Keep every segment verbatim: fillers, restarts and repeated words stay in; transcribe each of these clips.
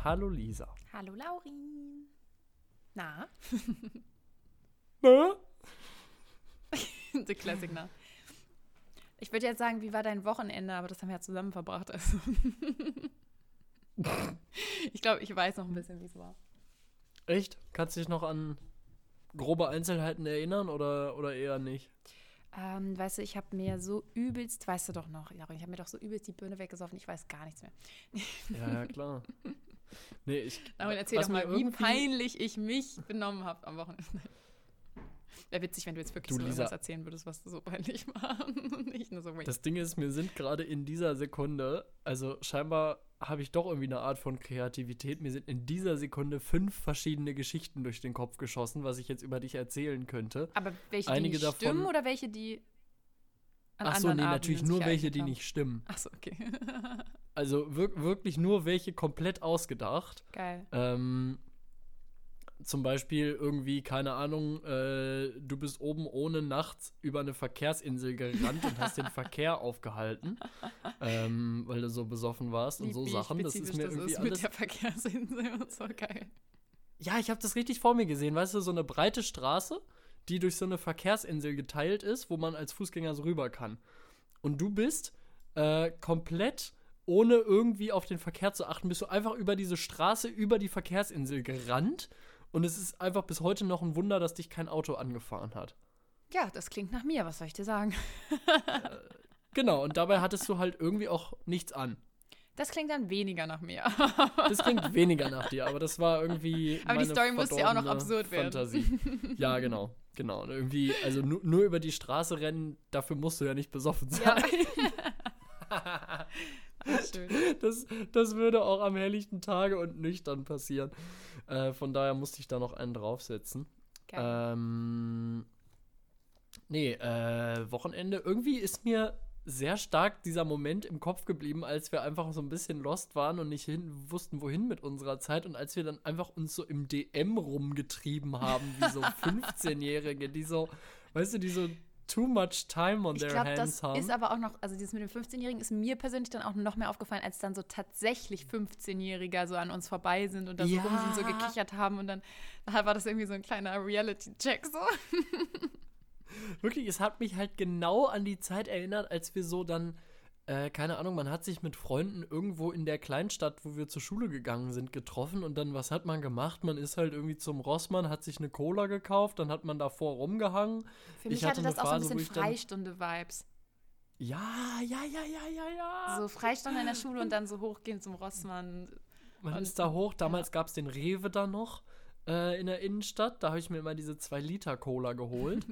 Hallo Lisa. Hallo Laurin. Na? Na? The Classic, na. Ich würde jetzt sagen, wie war dein Wochenende, aber das haben wir ja zusammen verbracht. Also. Ich glaube, ich weiß noch ein bisschen, wie es war. Echt? Kannst du dich noch an grobe Einzelheiten erinnern oder, oder eher nicht? Ähm, weißt du, ich habe mir so übelst, weißt du doch noch, Laurin, ich habe mir doch so übelst die Birne weggesoffen, ich weiß gar nichts mehr. Ja, ja, klar. Nee, ich, Laurin, erzähl was doch mal, mir wie irgendwie- peinlich ich mich benommen habe am Wochenende. Wäre witzig, wenn du jetzt wirklich Du, so Lisa. irgendwas erzählen würdest, was so peinlich war. Und nicht nur so, wait. Das Ding ist, mir sind gerade in dieser Sekunde, also scheinbar habe ich doch irgendwie eine Art von Kreativität, mir sind in dieser Sekunde fünf verschiedene Geschichten durch den Kopf geschossen, was ich jetzt über dich erzählen könnte. Aber welche, Einige die nicht davon- stimmen oder welche, die an Ach so, anderen nee, Abenden natürlich sich nur welche, ereignet die haben? nicht stimmen. Ach so, okay. Also wir- wirklich nur welche komplett ausgedacht. Geil. Ähm, zum Beispiel irgendwie, keine Ahnung, äh, du bist oben ohne nachts über eine Verkehrsinsel gerannt und hast den Verkehr aufgehalten, ähm, weil du so besoffen warst und Lieb, so wie Sachen. Das ist spezifisch mir das irgendwie ist mit alles. der Verkehrsinsel und so geil. Ja, ich habe das richtig vor mir gesehen, weißt du, so eine breite Straße, die durch so eine Verkehrsinsel geteilt ist, wo man als Fußgänger so rüber kann. Und du bist äh, komplett, ohne irgendwie auf den Verkehr zu achten, bist du einfach über diese Straße, über die Verkehrsinsel gerannt. Und es ist einfach bis heute noch ein Wunder, dass dich kein Auto angefahren hat. Ja, das klingt nach mir, was soll ich dir sagen? Genau, und dabei hattest du halt irgendwie auch nichts an. Das klingt dann weniger nach mir. Das klingt weniger nach dir, aber das war irgendwie Aber die meine Story musste ja auch noch verdorbene absurd werden. Fantasie. Ja, genau, genau. Und irgendwie, also nu- nur über die Straße rennen, dafür musst du ja nicht besoffen sein. Ja. Schön. Das, das würde auch am helllichten Tage und nüchtern passieren. Äh, von daher musste ich da noch einen draufsetzen. Geil. Ähm, nee, äh, Wochenende. Irgendwie ist mir sehr stark dieser Moment im Kopf geblieben, als wir einfach so ein bisschen lost waren und nicht hin, wussten, wohin mit unserer Zeit. Und als wir dann einfach uns so im D M rumgetrieben haben, wie so fünfzehnjährige, die so, weißt du, die so too much time on Ich their glaube, hands das haben. ist aber auch noch, also dieses mit dem fünfzehnjährigen ist mir persönlich dann auch noch mehr aufgefallen, als dann so tatsächlich fünfzehnjähriger so an uns vorbei sind und da so Ja. rum sind, so gekichert haben und dann da war das irgendwie so ein kleiner Reality-Check so. Wirklich, es hat mich halt genau an die Zeit erinnert, als wir so dann, äh, keine Ahnung, man hat sich mit Freunden irgendwo in der Kleinstadt, wo wir zur Schule gegangen sind, getroffen und dann, was hat man gemacht? Man ist halt irgendwie zum Rossmann, hat sich eine Cola gekauft, dann hat man davor rumgehangen. Für mich Ich hatte hatte das eine auch so ein Phase, wo bisschen ich dann- Freistunde-Vibes. Ja, ja, ja, ja, ja, ja. So Freistunde in der Schule und dann so hochgehen zum Rossmann. Man und- ist da hoch, damals gab es den Rewe da noch äh, in der Innenstadt, da habe ich mir immer diese zwei Liter Cola geholt.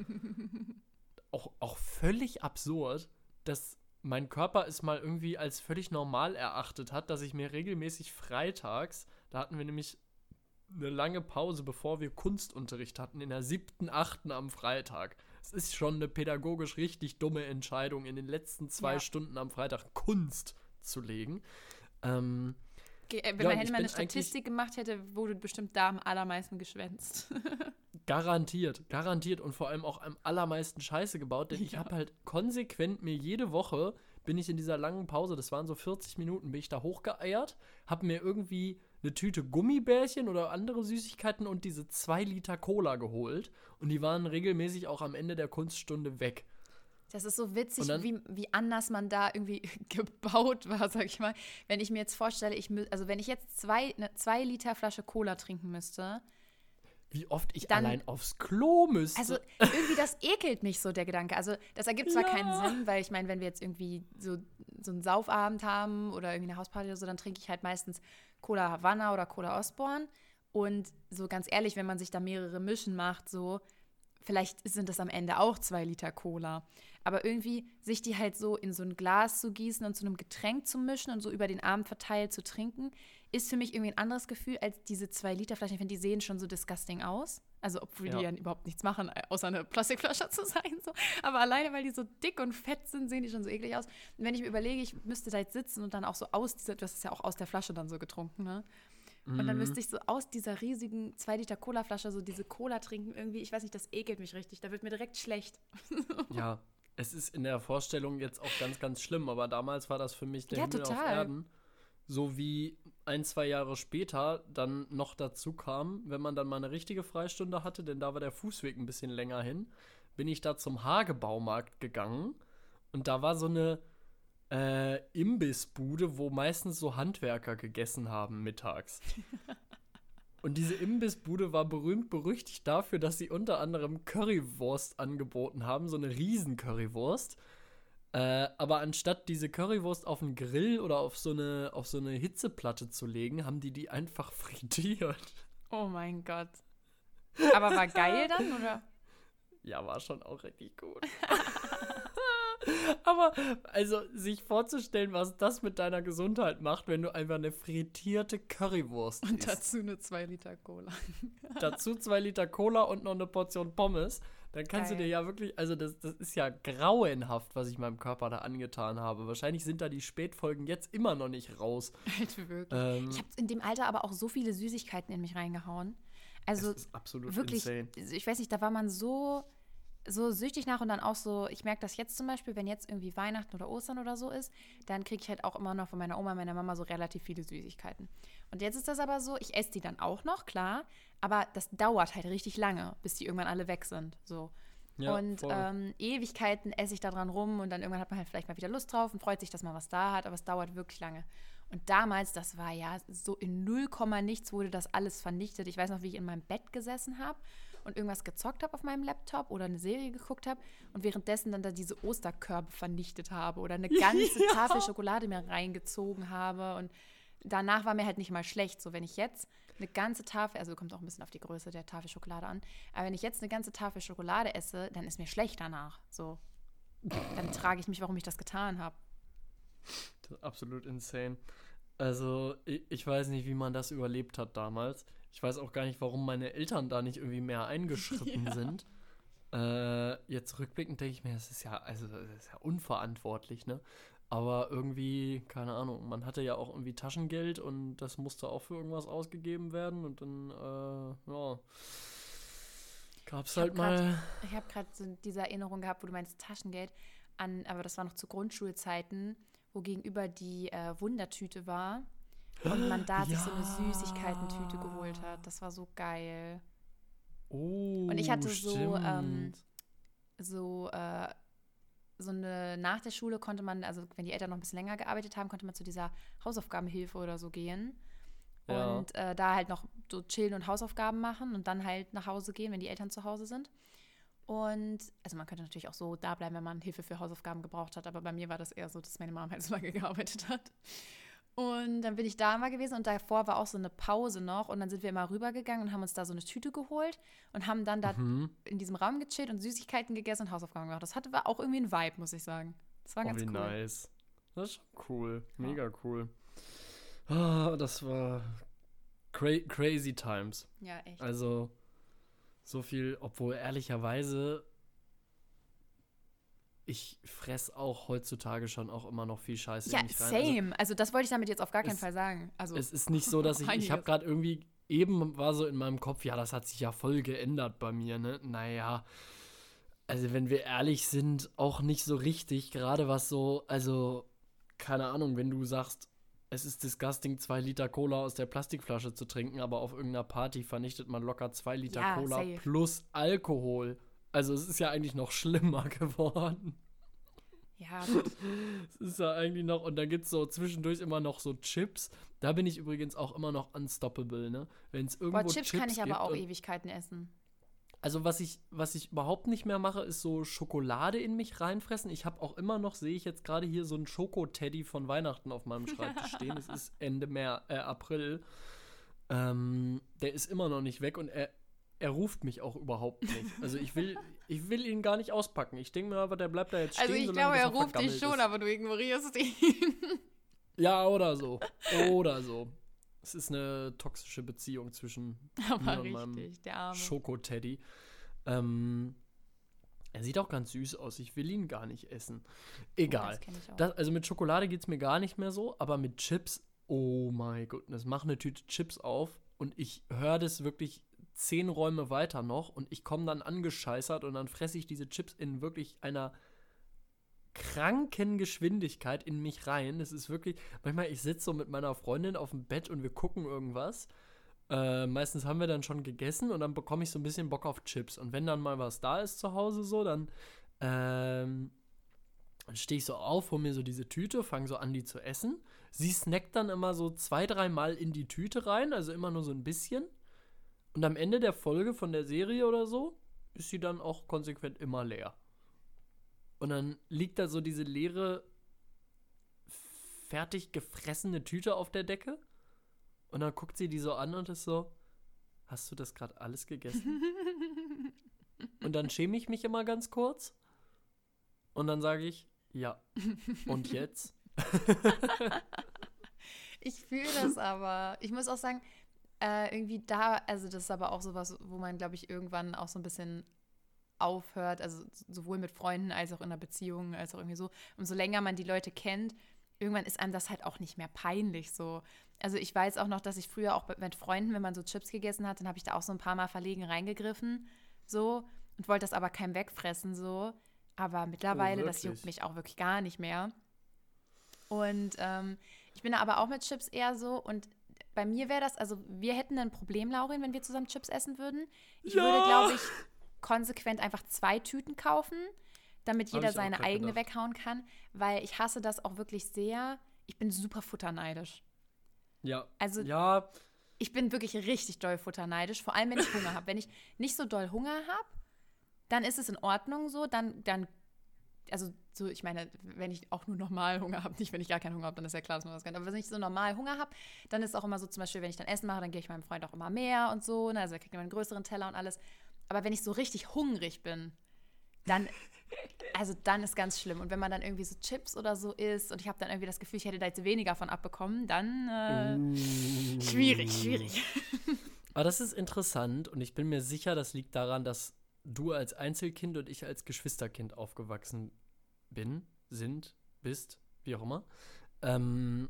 auch, auch völlig absurd, dass mein Körper es mal irgendwie als völlig normal erachtet hat, dass ich mir regelmäßig freitags, da hatten wir nämlich eine lange Pause, bevor wir Kunstunterricht hatten, in der siebten, achten am Freitag. Es ist schon eine pädagogisch richtig dumme Entscheidung, in den letzten zwei Ja. Stunden am Freitag Kunst zu legen. Ähm, Ge- äh, Wenn Ja, man und hätte ich mal eine bin eigentlich- Statistik gemacht hätte, wurde bestimmt da am allermeisten geschwänzt. Garantiert, garantiert und vor allem auch am allermeisten Scheiße gebaut, denn ich Ja. habe halt konsequent mir jede Woche, bin ich in dieser langen Pause, das waren so vierzig Minuten, bin ich da hochgeeiert, habe mir irgendwie eine Tüte Gummibärchen oder andere Süßigkeiten und diese zwei Liter Cola geholt und die waren regelmäßig auch am Ende der Kunststunde weg. Das ist so witzig, Und dann- wie, wie anders man da irgendwie gebaut war, sag ich mal. Wenn ich mir jetzt vorstelle, ich mü- also wenn ich jetzt zwei, eine zwei Liter Flasche Cola trinken müsste, Wie oft ich Dann- allein aufs Klo müsste. also irgendwie das ekelt mich so, der Gedanke. Also das ergibt zwar Ja. keinen Sinn, weil ich meine, wenn wir jetzt irgendwie so, so einen Saufabend haben oder irgendwie eine Hausparty oder so, dann trinke ich halt meistens Cola Havanna oder Cola Osborne. Und so ganz ehrlich, wenn man sich da mehrere Mischen macht, so, vielleicht sind das am Ende auch zwei Liter Cola. Aber irgendwie sich die halt so in so ein Glas zu gießen und zu einem Getränk zu mischen und so über den Abend verteilt zu trinken, ist für mich irgendwie ein anderes Gefühl als diese zwei Liter Flaschen. Ich finde, die sehen schon so disgusting aus. Also, obwohl Ja. die ja überhaupt nichts machen, außer eine Plastikflasche zu sein. So. Aber alleine, weil die so dick und fett sind, sehen die schon so eklig aus. Und wenn ich mir überlege, ich müsste da jetzt sitzen und dann auch so aus dieser, du hast es ja auch aus der Flasche dann so getrunken, ne? Und dann müsste ich so aus dieser riesigen zwei Liter Cola-Flasche so diese Cola trinken. Irgendwie, ich weiß nicht, das ekelt mich richtig. Da wird mir direkt schlecht. Ja, es ist in der Vorstellung jetzt auch ganz, ganz schlimm, aber damals war das für mich der Ja, Himmel auf total. Erden. so wie ein, zwei Jahre später dann noch dazu kam, wenn man dann mal eine richtige Freistunde hatte, denn da war der Fußweg ein bisschen länger hin, bin ich da zum Hagebaumarkt gegangen und da war so eine äh, Imbissbude, wo meistens so Handwerker gegessen haben mittags. Und diese Imbissbude war berühmt berüchtigt dafür, dass sie unter anderem Currywurst angeboten haben, so eine Riesen-Currywurst. Äh, aber anstatt diese Currywurst auf einen Grill oder auf so eine, auf so eine Hitzeplatte zu legen, haben die die einfach frittiert. Oh mein Gott. Aber war geil dann, oder? Ja, war schon auch richtig gut. Aber, also, sich vorzustellen, was das mit deiner Gesundheit macht, wenn du einfach eine frittierte Currywurst Und isst. dazu eine zwei Liter Cola. Dazu zwei Liter Cola und noch eine Portion Pommes. Dann kannst Geil. du dir ja wirklich, also das, das ist ja grauenhaft, was ich meinem Körper da angetan habe. Wahrscheinlich sind da die Spätfolgen jetzt immer noch nicht raus. Halt wirklich. Ähm, Ich habe in dem Alter aber auch so viele Süßigkeiten in mich reingehauen. Also es ist absolut wirklich, insane. ich weiß nicht, da war man so, so süchtig nach und dann auch so, ich merke das jetzt zum Beispiel, wenn jetzt irgendwie Weihnachten oder Ostern oder so ist, dann kriege ich halt auch immer noch von meiner Oma und meiner Mama so relativ viele Süßigkeiten. Und jetzt ist das aber so, ich esse die dann auch noch, klar, aber das dauert halt richtig lange, bis die irgendwann alle weg sind, so. Ja, und voll. ähm, Ewigkeiten esse ich da dran rum und dann irgendwann hat man halt vielleicht mal wieder Lust drauf und freut sich, dass man was da hat, aber es dauert wirklich lange. Und damals, das war ja so in null Komma nichts wurde das alles vernichtet. Ich weiß noch, wie ich in meinem Bett gesessen habe und irgendwas gezockt habe auf meinem Laptop oder eine Serie geguckt habe und währenddessen dann da diese Osterkörbe vernichtet habe oder eine ganze Ja. Tafel Schokolade mir reingezogen habe und danach war mir halt nicht mal schlecht. So, wenn ich jetzt eine ganze Tafel, also kommt auch ein bisschen auf die Größe der Tafel Schokolade an, aber wenn ich jetzt eine ganze Tafel Schokolade esse, dann ist mir schlecht danach. So, dann trage ich mich, warum ich das getan habe. Das ist absolut insane. Also, ich, ich weiß nicht, wie man das überlebt hat damals. Ich weiß auch gar nicht, warum meine Eltern da nicht irgendwie mehr eingeschritten Ja. sind. Äh, jetzt rückblickend denke ich mir, das ist ja, also das ist ja unverantwortlich, ne? Aber irgendwie, keine Ahnung, man hatte ja auch irgendwie Taschengeld und das musste auch für irgendwas ausgegeben werden und dann, äh, ja, gab's Ich hab halt grad- mal. Ich habe gerade so diese Erinnerung gehabt, wo du meinst Taschengeld an, aber das war noch zu Grundschulzeiten, wo gegenüber die äh, Wundertüte war und man da sich so eine Ja. Süßigkeitentüte geholt hat. Das war so geil. Oh, Und ich hatte so, stimmt. ähm, So, äh, so eine, nach der Schule konnte man, also wenn die Eltern noch ein bisschen länger gearbeitet haben, konnte man zu dieser Hausaufgabenhilfe oder so gehen. Ja. Und äh, da halt noch so chillen und Hausaufgaben machen und dann halt nach Hause gehen, wenn die Eltern zu Hause sind. Und, also man könnte natürlich auch so da bleiben, wenn man Hilfe für Hausaufgaben gebraucht hat, aber bei mir war das eher so, dass meine Mama halt so lange gearbeitet hat. Und dann bin ich da mal gewesen und davor war auch so eine Pause noch und dann sind wir immer rübergegangen und haben uns da so eine Tüte geholt und haben dann da Mhm. in diesem Raum gechillt und Süßigkeiten gegessen und Hausaufgaben gemacht. Das hatte war auch irgendwie ein Vibe, muss ich sagen. Das war Oh, ganz wie cool. nice. Das ist schon cool. Ja. Mega cool. Ah, das war cra crazy times. Ja, echt. Also, so viel, obwohl ehrlicherweise, ich fress auch heutzutage schon auch immer noch viel Scheiße Ja, in mich rein. Also, same. Also, das wollte ich damit jetzt auf gar keinen es- Fall sagen. Also, es ist nicht so, dass ich, ich habe Einiges. gerade irgendwie, eben war so in meinem Kopf, ja, das hat sich ja voll geändert bei mir, ne? Naja, also wenn wir ehrlich sind, auch nicht so richtig, gerade was so, also, keine Ahnung, wenn du sagst, es ist disgusting, zwei Liter Cola aus der Plastikflasche zu trinken, aber auf irgendeiner Party vernichtet man locker zwei Liter Ja, Cola safe. plus Alkohol. Also es ist ja eigentlich noch schlimmer geworden. ja, gut. Es ist ja eigentlich noch, und dann gibt es so zwischendurch immer noch so Chips. Da bin ich übrigens auch immer noch unstoppable, ne? Wenn es irgendwo Boah, Chips, kann ich aber gibt auch und- Ewigkeiten essen. Also was ich, was ich überhaupt nicht mehr mache, ist so Schokolade in mich reinfressen. Ich habe auch immer noch, sehe ich jetzt gerade hier, so einen Schokoteddy von Weihnachten auf meinem Schreibtisch stehen. Es ist Ende März, äh, April. Ähm, der ist immer noch nicht weg und er, er ruft mich auch überhaupt nicht. Also ich will, ich will ihn gar nicht auspacken. Ich denke mir aber, der bleibt da jetzt stehen. Also, ich solange glaube, er bis ruft dich vergammelt schon, ist. aber du ignorierst ihn. Ja, oder so. Oder so. Es ist eine toxische Beziehung zwischen mir aber und meinem richtig, der Arme. Schokoteddy. Ähm, er sieht auch ganz süß aus. Ich will ihn gar nicht essen. Egal. Das kenn ich auch. Das, also mit Schokolade geht es mir gar nicht mehr so, aber mit Chips, oh my goodness, mach eine Tüte Chips auf und ich höre das wirklich zehn Räume weiter noch und ich komme dann angescheißert und dann fresse ich diese Chips in wirklich einer kranken Geschwindigkeit in mich rein. Das ist wirklich, manchmal, ich sitze so mit meiner Freundin auf dem Bett und wir gucken irgendwas. Äh, meistens haben wir dann schon gegessen und dann bekomme ich so ein bisschen Bock auf Chips. Und wenn dann mal was da ist zu Hause so, dann ähm, stehe ich so auf, hole mir so diese Tüte, fange so an, die zu essen. Sie snackt dann immer so zwei, dreimal in die Tüte rein, also immer nur so ein bisschen. Und am Ende der Folge von der Serie oder so ist sie dann auch konsequent immer leer. Und dann liegt da so diese leere, fertig gefressene Tüte auf der Decke. Und dann guckt sie die so an und ist so, hast du das gerade alles gegessen? Und dann schäme ich mich immer ganz kurz. Und dann sage ich, ja. Und jetzt? Ich fühle das aber. Ich muss auch sagen, äh, irgendwie da, also das ist aber auch sowas, wo man, glaube ich, irgendwann auch so ein bisschen aufhört, also sowohl mit Freunden als auch in einer Beziehung, als auch irgendwie so. Umso länger man die Leute kennt, irgendwann ist einem das halt auch nicht mehr peinlich so. Also ich weiß auch noch, dass ich früher auch mit Freunden, wenn man so Chips gegessen hat, dann habe ich da auch so ein paar Mal verlegen reingegriffen, so, und wollte das aber keinem wegfressen, so. Aber mittlerweile, Oh, das wirklich? juckt mich auch wirklich gar nicht mehr. Und ähm, ich bin da aber auch mit Chips eher so, und bei mir wäre das, also wir hätten ein Problem, Laurin, wenn wir zusammen Chips essen würden. Ich Ja! würde, glaube ich, konsequent einfach zwei Tüten kaufen, damit Hab jeder ich auch seine grad eigene gedacht. weghauen kann, weil ich hasse das auch wirklich sehr. Ich bin super futterneidisch. Ja. Also ja, ich bin wirklich richtig doll futterneidisch, vor allem wenn ich Hunger habe. Wenn ich nicht so doll Hunger habe, dann ist es in Ordnung so, dann, dann, also so, ich meine, wenn ich auch nur normal Hunger habe, nicht wenn ich gar keinen Hunger habe, dann ist ja klar, dass man das kann, aber wenn ich so normal Hunger habe, dann ist es auch immer so, zum Beispiel, wenn ich dann Essen mache, dann gebe ich meinem Freund auch immer mehr und so, ne? Also er kriegt immer einen größeren Teller und alles. Aber wenn ich so richtig hungrig bin, dann, also dann ist ganz schlimm. Und wenn man dann irgendwie so Chips oder so isst und ich habe dann irgendwie das Gefühl, ich hätte da jetzt weniger von abbekommen, dann äh, Uh. schwierig, schwierig. Aber das ist interessant und ich bin mir sicher, das liegt daran, dass du als Einzelkind und ich als Geschwisterkind aufgewachsen bin, sind, bist, wie auch immer. Ähm,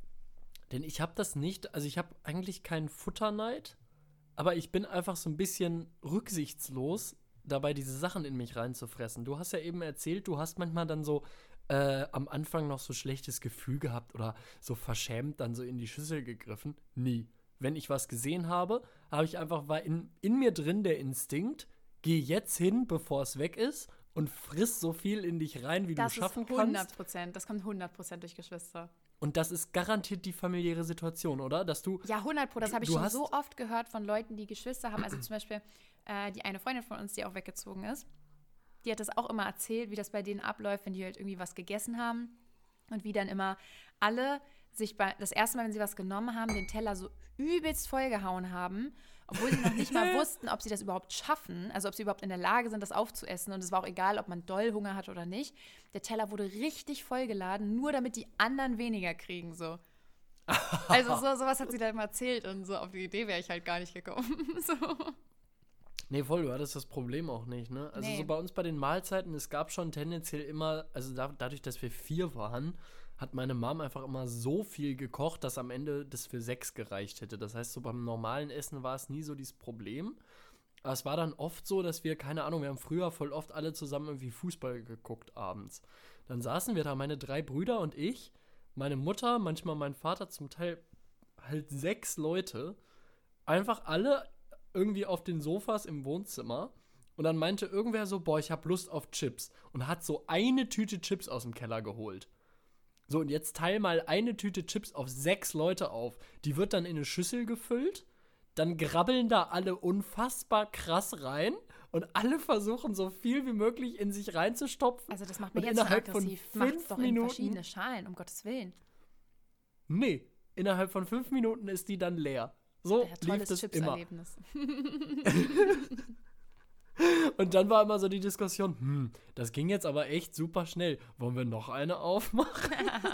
denn ich habe das nicht, also ich habe eigentlich keinen Futterneid, aber ich bin einfach so ein bisschen rücksichtslos dabei, diese Sachen in mich reinzufressen. Du hast ja eben erzählt, du hast manchmal dann so äh, am Anfang noch so schlechtes Gefühl gehabt oder so verschämt dann so in die Schüssel gegriffen. Nie. Wenn ich was gesehen habe, habe ich einfach, war in, in mir drin der Instinkt, geh jetzt hin, bevor es weg ist und friss so viel in dich rein, wie Das du schaffen ist hundert kannst. Prozent, das kommt hundert Prozent durch Geschwister. Und das ist garantiert die familiäre Situation, oder? Dass du, Ja, hundert Pro, das Du- habe ich du schon hast- so oft gehört von Leuten, die Geschwister haben. Also zum Beispiel äh, die eine Freundin von uns, die auch weggezogen ist, die hat das auch immer erzählt, wie das bei denen abläuft, wenn die halt irgendwie was gegessen haben und wie dann immer alle sich bei, das erste Mal, wenn sie was genommen haben, den Teller so übelst vollgehauen haben, obwohl sie noch nicht mal wussten, ob sie das überhaupt schaffen, also ob sie überhaupt in der Lage sind, das aufzuessen. Und es war auch egal, ob man doll Hunger hat oder nicht. Der Teller wurde richtig vollgeladen, nur damit die anderen weniger kriegen, so. Also so, sowas hat sie dann immer erzählt und so auf die Idee wäre ich halt gar nicht gekommen. So. nee, voll, du hattest das Problem auch nicht, ne? Also Nee. so bei uns bei den Mahlzeiten, es gab schon tendenziell immer, also da, dadurch, dass wir vier waren, hat meine Mom einfach immer so viel gekocht, dass am Ende das für sechs gereicht hätte. Das heißt, so beim normalen Essen war es nie so dieses Problem. Aber es war dann oft so, dass wir, keine Ahnung, wir haben früher voll oft alle zusammen irgendwie Fußball geguckt abends. Dann saßen wir da, meine drei Brüder und ich, meine Mutter, manchmal mein Vater, zum Teil halt sechs Leute, einfach alle irgendwie auf den Sofas im Wohnzimmer. Und dann meinte irgendwer so, boah, ich hab Lust auf Chips. Und hat so eine Tüte Chips aus dem Keller geholt. So, und jetzt teil mal eine Tüte Chips auf sechs Leute auf. Die wird dann in eine Schüssel gefüllt. Dann grabbeln da alle unfassbar krass rein. Und alle versuchen so viel wie möglich in sich reinzustopfen. Also das macht mich Und jetzt schon innerhalb von aggressiv. Macht's fünf doch in Minuten- verschiedene Schalen, um Gottes Willen. Nee, innerhalb von fünf Minuten ist die dann leer. So Ja, lief tolles das immer. Chips-Erlebnis. Und dann war immer so die Diskussion, hm, das ging jetzt aber echt super schnell. Wollen wir noch eine aufmachen?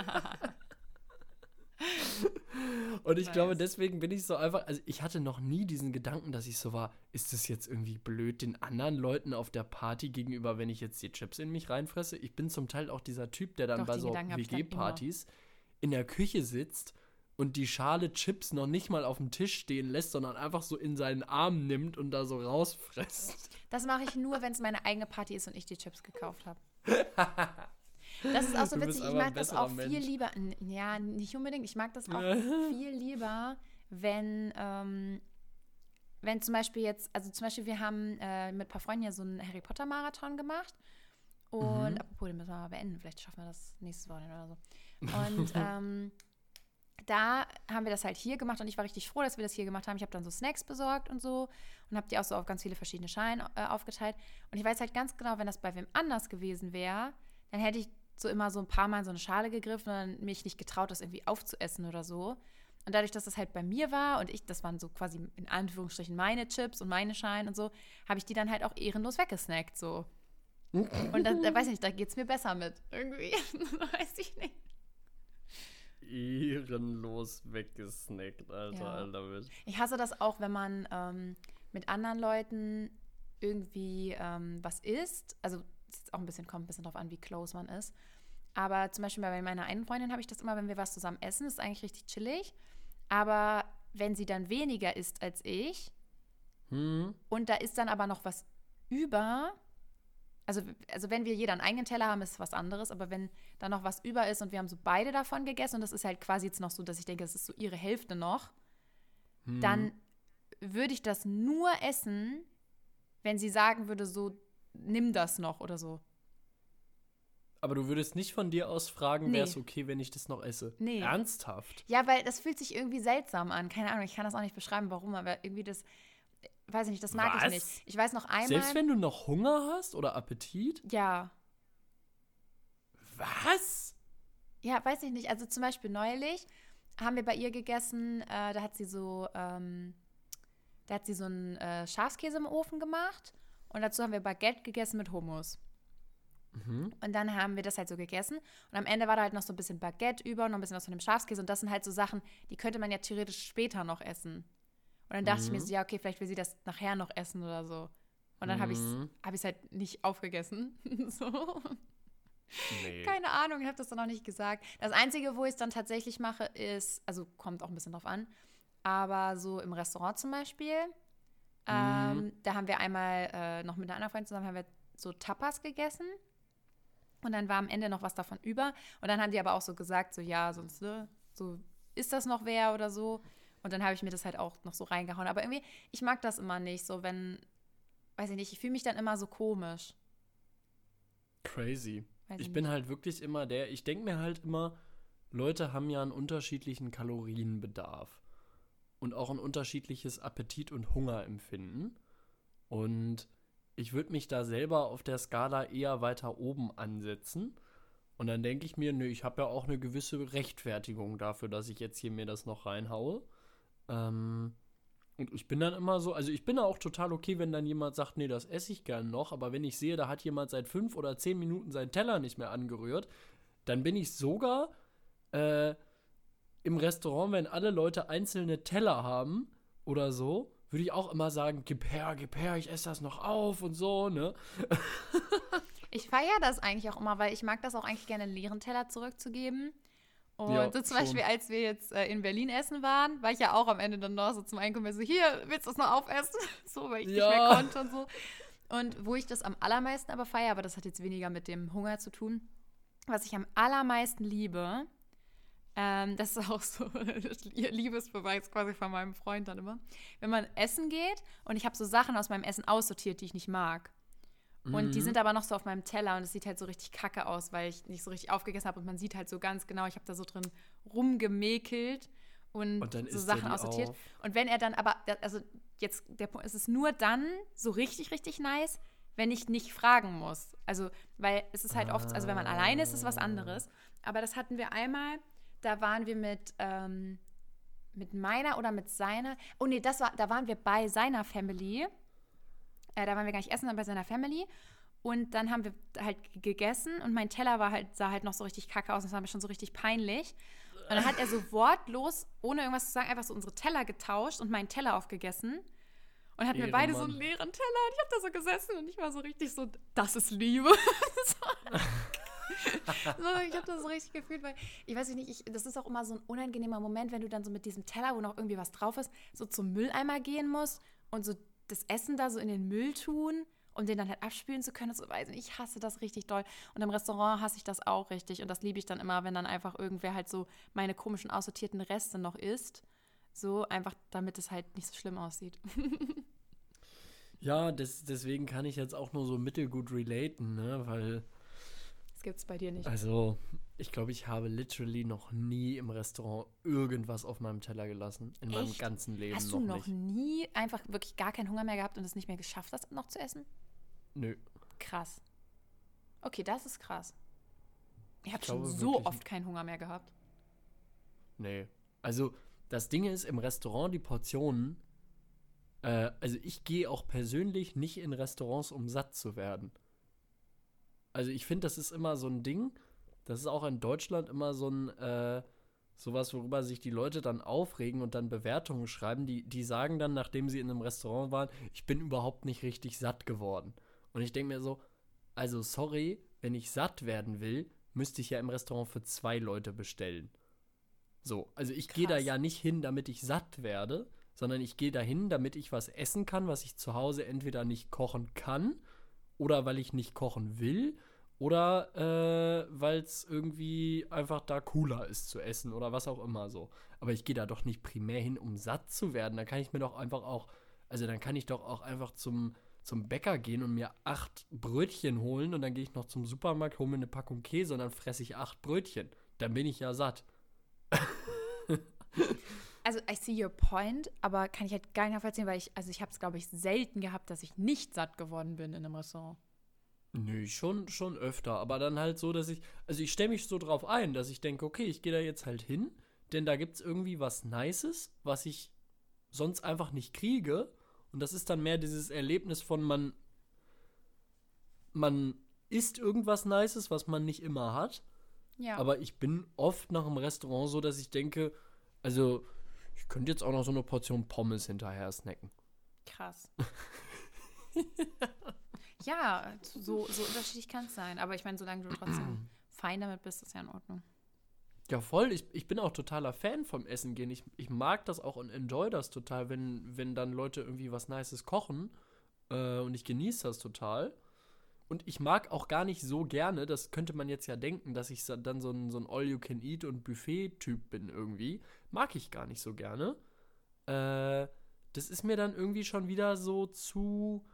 Und ich Nice. glaube, deswegen bin ich so einfach, also ich hatte noch nie diesen Gedanken, dass ich so war, ist es jetzt irgendwie blöd den anderen Leuten auf der Party gegenüber, wenn ich jetzt die Chips in mich reinfresse? Ich bin zum Teil auch dieser Typ, der dann Doch, bei den so Gedanken hab ich dann immer. W G-Partys in der Küche sitzt und die Schale Chips noch nicht mal auf dem Tisch stehen lässt, sondern einfach so in seinen Arm nimmt und da so rausfresst. Das mache ich nur, wenn es meine eigene Party ist und ich die Chips gekauft habe. Das ist auch so Du bist witzig. Ich aber ein mag das besserer auch viel Mensch. lieber. n- Ja, nicht unbedingt. Ich mag das auch viel lieber, wenn, ähm, wenn zum Beispiel jetzt, also zum Beispiel, wir haben äh, mit ein paar Freunden ja so einen Harry Potter Marathon gemacht. Und Mhm. apropos, den müssen wir mal beenden. Vielleicht schaffen wir das nächstes Wochenende oder so. Und ähm, da haben wir das halt hier gemacht und ich war richtig froh, dass wir das hier gemacht haben. Ich habe dann so Snacks besorgt und so und habe die auch so auf ganz viele verschiedene Schalen äh, aufgeteilt. Und ich weiß halt ganz genau, wenn das bei wem anders gewesen wäre, dann hätte ich so immer so ein paar Mal in so eine Schale gegriffen und dann mich nicht getraut, das irgendwie aufzuessen oder so. Und dadurch, dass das halt bei mir war und ich, das waren so quasi in Anführungsstrichen meine Chips und meine Schalen und so, habe ich die dann halt auch ehrenlos weggesnackt so. Und da, da weiß ich nicht, da geht es mir besser mit. Irgendwie. weiß ich nicht. Ehrenlos weggesnackt, Alter, Ja. Alter. Mensch. Ich hasse das auch, wenn man ähm, mit anderen Leuten irgendwie ähm, was isst. Also es ist auch ein bisschen, kommt ein bisschen drauf an, wie close man ist. Aber zum Beispiel bei meiner einen Freundin habe ich das immer, wenn wir was zusammen essen, ist eigentlich richtig chillig. Aber wenn sie dann weniger isst als ich Hm? und da ist dann aber noch was über, also, also wenn wir jeder einen eigenen Teller haben, ist es was anderes, aber wenn da noch was über ist und wir haben so beide davon gegessen und das ist halt quasi jetzt noch so, dass ich denke, das ist so ihre Hälfte noch, Hm. dann würde ich das nur essen, wenn sie sagen würde, so, nimm das noch oder so. Aber du würdest nicht von dir aus fragen, Nee. wäre es okay, wenn ich das noch esse? Nee. Ernsthaft? Ja, weil das fühlt sich irgendwie seltsam an. Keine Ahnung, ich kann das auch nicht beschreiben, warum, aber irgendwie das, weiß ich nicht, das mag Was? ich nicht. Ich weiß noch einmal. Selbst wenn du noch Hunger hast oder Appetit? Ja. Was? Ja, weiß ich nicht. Also zum Beispiel neulich haben wir bei ihr gegessen, äh, da hat sie so, ähm, da hat sie so einen äh, Schafskäse im Ofen gemacht und dazu haben wir Baguette gegessen mit Hummus. Mhm. Und dann haben wir das halt so gegessen. Und am Ende war da halt noch so ein bisschen Baguette über und noch ein bisschen was von dem Schafskäse. Und das sind halt so Sachen, die könnte man ja theoretisch später noch essen. Und dann dachte ich mir Mhm. so, ja, okay, vielleicht will sie das nachher noch essen oder so. Und dann habe ich es Mhm. hab ich's halt nicht aufgegessen. so. Nee. Keine Ahnung, ich habe das dann auch nicht gesagt. Das Einzige, wo ich es dann tatsächlich mache, ist, also kommt auch ein bisschen drauf an, aber so im Restaurant zum Beispiel, ähm, da haben wir einmal äh, noch mit einer anderen Freundin zusammen, haben wir so Tapas gegessen. Und dann war am Ende noch was davon über. Und dann haben die aber auch so gesagt, so ja, sonst, ne, so ist das noch wer oder so. Und dann habe ich mir das halt auch noch so reingehauen. Aber irgendwie, ich mag das immer nicht, so wenn, weiß ich nicht, ich fühle mich dann immer so komisch. Crazy. Weiß Ich ich bin nicht. halt wirklich immer der, ich denke mir halt immer, Leute haben ja einen unterschiedlichen Kalorienbedarf und auch ein unterschiedliches Appetit- und Hungerempfinden. Und ich würde mich da selber auf der Skala eher weiter oben ansetzen. Und dann denke ich mir, nö, ich habe ja auch eine gewisse Rechtfertigung dafür, dass ich jetzt hier mir das noch reinhaue. Ähm, und ich bin dann immer so, also ich bin da auch total okay, wenn dann jemand sagt, nee, das esse ich gern noch. Aber wenn ich sehe, da hat jemand seit fünf oder zehn Minuten seinen Teller nicht mehr angerührt, dann bin ich sogar äh, im Restaurant, wenn alle Leute einzelne Teller haben oder so, würde ich auch immer sagen, gib her, gib her, ich esse das noch auf und so, ne? Ich feiere das eigentlich auch immer, weil ich mag das auch eigentlich gerne, einen leeren Teller zurückzugeben. Und Ja, so zum schon. Beispiel, als wir jetzt äh, in Berlin essen waren, war ich ja auch am Ende dann noch so zum Einkommen so, hier, willst du das noch aufessen? So, weil ich Ja. nicht mehr konnte und so. Und wo ich das am allermeisten aber feiere, aber das hat jetzt weniger mit dem Hunger zu tun, was ich am allermeisten liebe, ähm, das ist auch so Liebesbeweis quasi von meinem Freund dann immer, wenn man essen geht und ich habe so Sachen aus meinem Essen aussortiert, die ich nicht mag. Und die Mhm. sind aber noch so auf meinem Teller und es sieht halt so richtig kacke aus, weil ich nicht so richtig aufgegessen habe und man sieht halt so ganz genau, ich habe da so drin rumgemäkelt und, Und dann so isst er Sachen die aussortiert. auf. Und wenn er dann aber, also jetzt, der Punkt, es ist nur dann so richtig, richtig nice, wenn ich nicht fragen muss. Also, weil es ist halt oft, also wenn man alleine ist, ist es was anderes. Aber das hatten wir einmal, da waren wir mit, ähm, mit meiner oder mit seiner, oh nee, das war, da waren wir bei seiner Family. Äh, da waren wir gar nicht essen, sondern bei seiner Family. Und dann haben wir halt g- gegessen und mein Teller war halt, sah halt noch so richtig kacke aus und das war mir schon so richtig peinlich. Und dann hat er so wortlos, ohne irgendwas zu sagen, einfach so unsere Teller getauscht und meinen Teller aufgegessen. Und hatten wir beide so einen Ehrenmann. leeren Teller und ich habe da so gesessen und ich war so richtig so, das ist Liebe. so, so, ich habe das so richtig gefühlt, weil ich weiß nicht, ich, das ist auch immer so ein unangenehmer Moment, wenn du dann so mit diesem Teller, wo noch irgendwie was drauf ist, so zum Mülleimer gehen musst und so das Essen da so in den Müll tun um den dann halt abspülen zu können und so weiter. Ich hasse das richtig doll. Und im Restaurant hasse ich das auch richtig. Und das liebe ich dann immer, wenn dann einfach irgendwer halt so meine komischen aussortierten Reste noch isst. So einfach, damit es halt nicht so schlimm aussieht. Ja, das, deswegen kann ich jetzt auch nur so mittelgut relaten, ne, weil Das gibt's bei dir nicht. Also, ich glaube, ich habe literally noch nie im Restaurant irgendwas auf meinem Teller gelassen. In meinem Echt? ganzen Leben Hast noch du noch nicht. nie einfach wirklich gar keinen Hunger mehr gehabt und es nicht mehr geschafft hast, noch zu essen? Nö. Krass. Okay, das ist krass. Ich habe Ich schon glaube so wirklich oft keinen Hunger mehr gehabt. Nee. Also, das Ding ist, im Restaurant die Portionen, äh, also ich gehe auch persönlich nicht in Restaurants, um satt zu werden. Also ich finde, das ist immer so ein Ding, das ist auch in Deutschland immer so ein, äh, sowas, worüber sich die Leute dann aufregen und dann Bewertungen schreiben, die, die sagen dann, nachdem sie in einem Restaurant waren, ich bin überhaupt nicht richtig satt geworden. Und ich denke mir so, also sorry, wenn ich satt werden will, müsste ich ja im Restaurant für zwei Leute bestellen. So, also ich gehe da Krass. ja nicht hin, damit ich satt werde, sondern ich gehe da hin, damit ich was essen kann, was ich zu Hause entweder nicht kochen kann oder weil ich nicht kochen will oder äh, weil es irgendwie einfach da cooler ist zu essen oder was auch immer so. Aber ich gehe da doch nicht primär hin, um satt zu werden. Da kann ich mir doch einfach auch, also dann kann ich doch auch einfach zum, zum Bäcker gehen und mir acht Brötchen holen und dann gehe ich noch zum Supermarkt, hole mir eine Packung Käse und dann fresse ich acht Brötchen. Dann bin ich ja satt. Also, I see your point, aber kann ich halt gar nicht nachvollziehen, weil ich, also ich habe es, glaube ich, selten gehabt, dass ich nicht satt geworden bin in einem Restaurant. Nö, schon, schon öfter, aber dann halt so, dass ich, also ich stelle mich so drauf ein, dass ich denke, okay, ich gehe da jetzt halt hin, denn da gibt's irgendwie was Nices, was ich sonst einfach nicht kriege und das ist dann mehr dieses Erlebnis von man, man isst irgendwas Nices, was man nicht immer hat, Ja. aber ich bin oft nach einem Restaurant so, dass ich denke, also ich könnte jetzt auch noch so eine Portion Pommes hinterher snacken. Krass. Ja, so, so unterschiedlich kann es sein. Aber ich meine, solange du trotzdem fein damit bist, ist ja in Ordnung. Ja, voll. Ich, ich bin auch totaler Fan vom Essen gehen. Ich, ich mag das auch und enjoy das total, wenn, wenn dann Leute irgendwie was Nices kochen. Äh, und ich genieße das total. Und ich mag auch gar nicht so gerne, das könnte man jetzt ja denken, dass ich so- dann so ein, so ein All-You-Can-Eat- und Buffet-Typ bin irgendwie. Mag ich gar nicht so gerne. Äh, das ist mir dann irgendwie schon wieder so zu.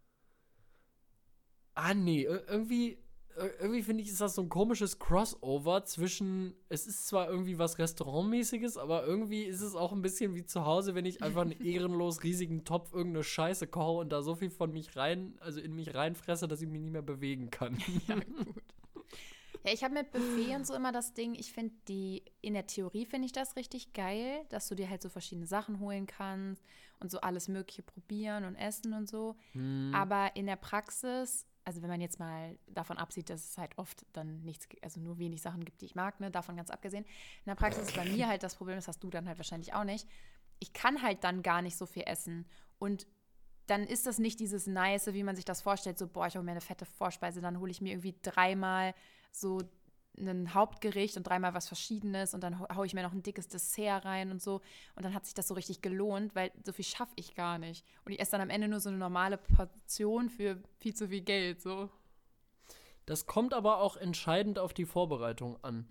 Ah, nee, ir- irgendwie, ir- irgendwie finde ich, ist das so ein komisches Crossover zwischen, es ist zwar irgendwie was Restaurantmäßiges, aber irgendwie ist es auch ein bisschen wie zu Hause, wenn ich einfach einen ehrenlos riesigen Topf irgendeine Scheiße koche und da so viel von mich rein, also in mich reinfresse, dass ich mich nicht mehr bewegen kann. Ja, gut. Ja, ich habe mit Buffet und so immer das Ding, ich finde die, in der Theorie finde ich das richtig geil, dass du dir halt so verschiedene Sachen holen kannst und so alles Mögliche probieren und essen und so. Hm. Aber in der Praxis, also wenn man jetzt mal davon absieht, dass es halt oft dann nichts, also nur wenig Sachen gibt, die ich mag, ne, davon ganz abgesehen. In der Praxis ist bei mir halt das Problem, das hast du dann halt wahrscheinlich auch nicht. Ich kann halt dann gar nicht so viel essen und dann ist das nicht dieses Nice, wie man sich das vorstellt, so, boah, ich hole mir eine fette Vorspeise, dann hole ich mir irgendwie dreimal so ein Hauptgericht und dreimal was Verschiedenes und dann hau- haue ich mir noch ein dickes Dessert rein und so und dann hat sich das so richtig gelohnt, weil so viel schaffe ich gar nicht. Und ich esse dann am Ende nur so eine normale Portion für viel zu viel Geld, so. Das kommt aber auch entscheidend auf die Vorbereitung an.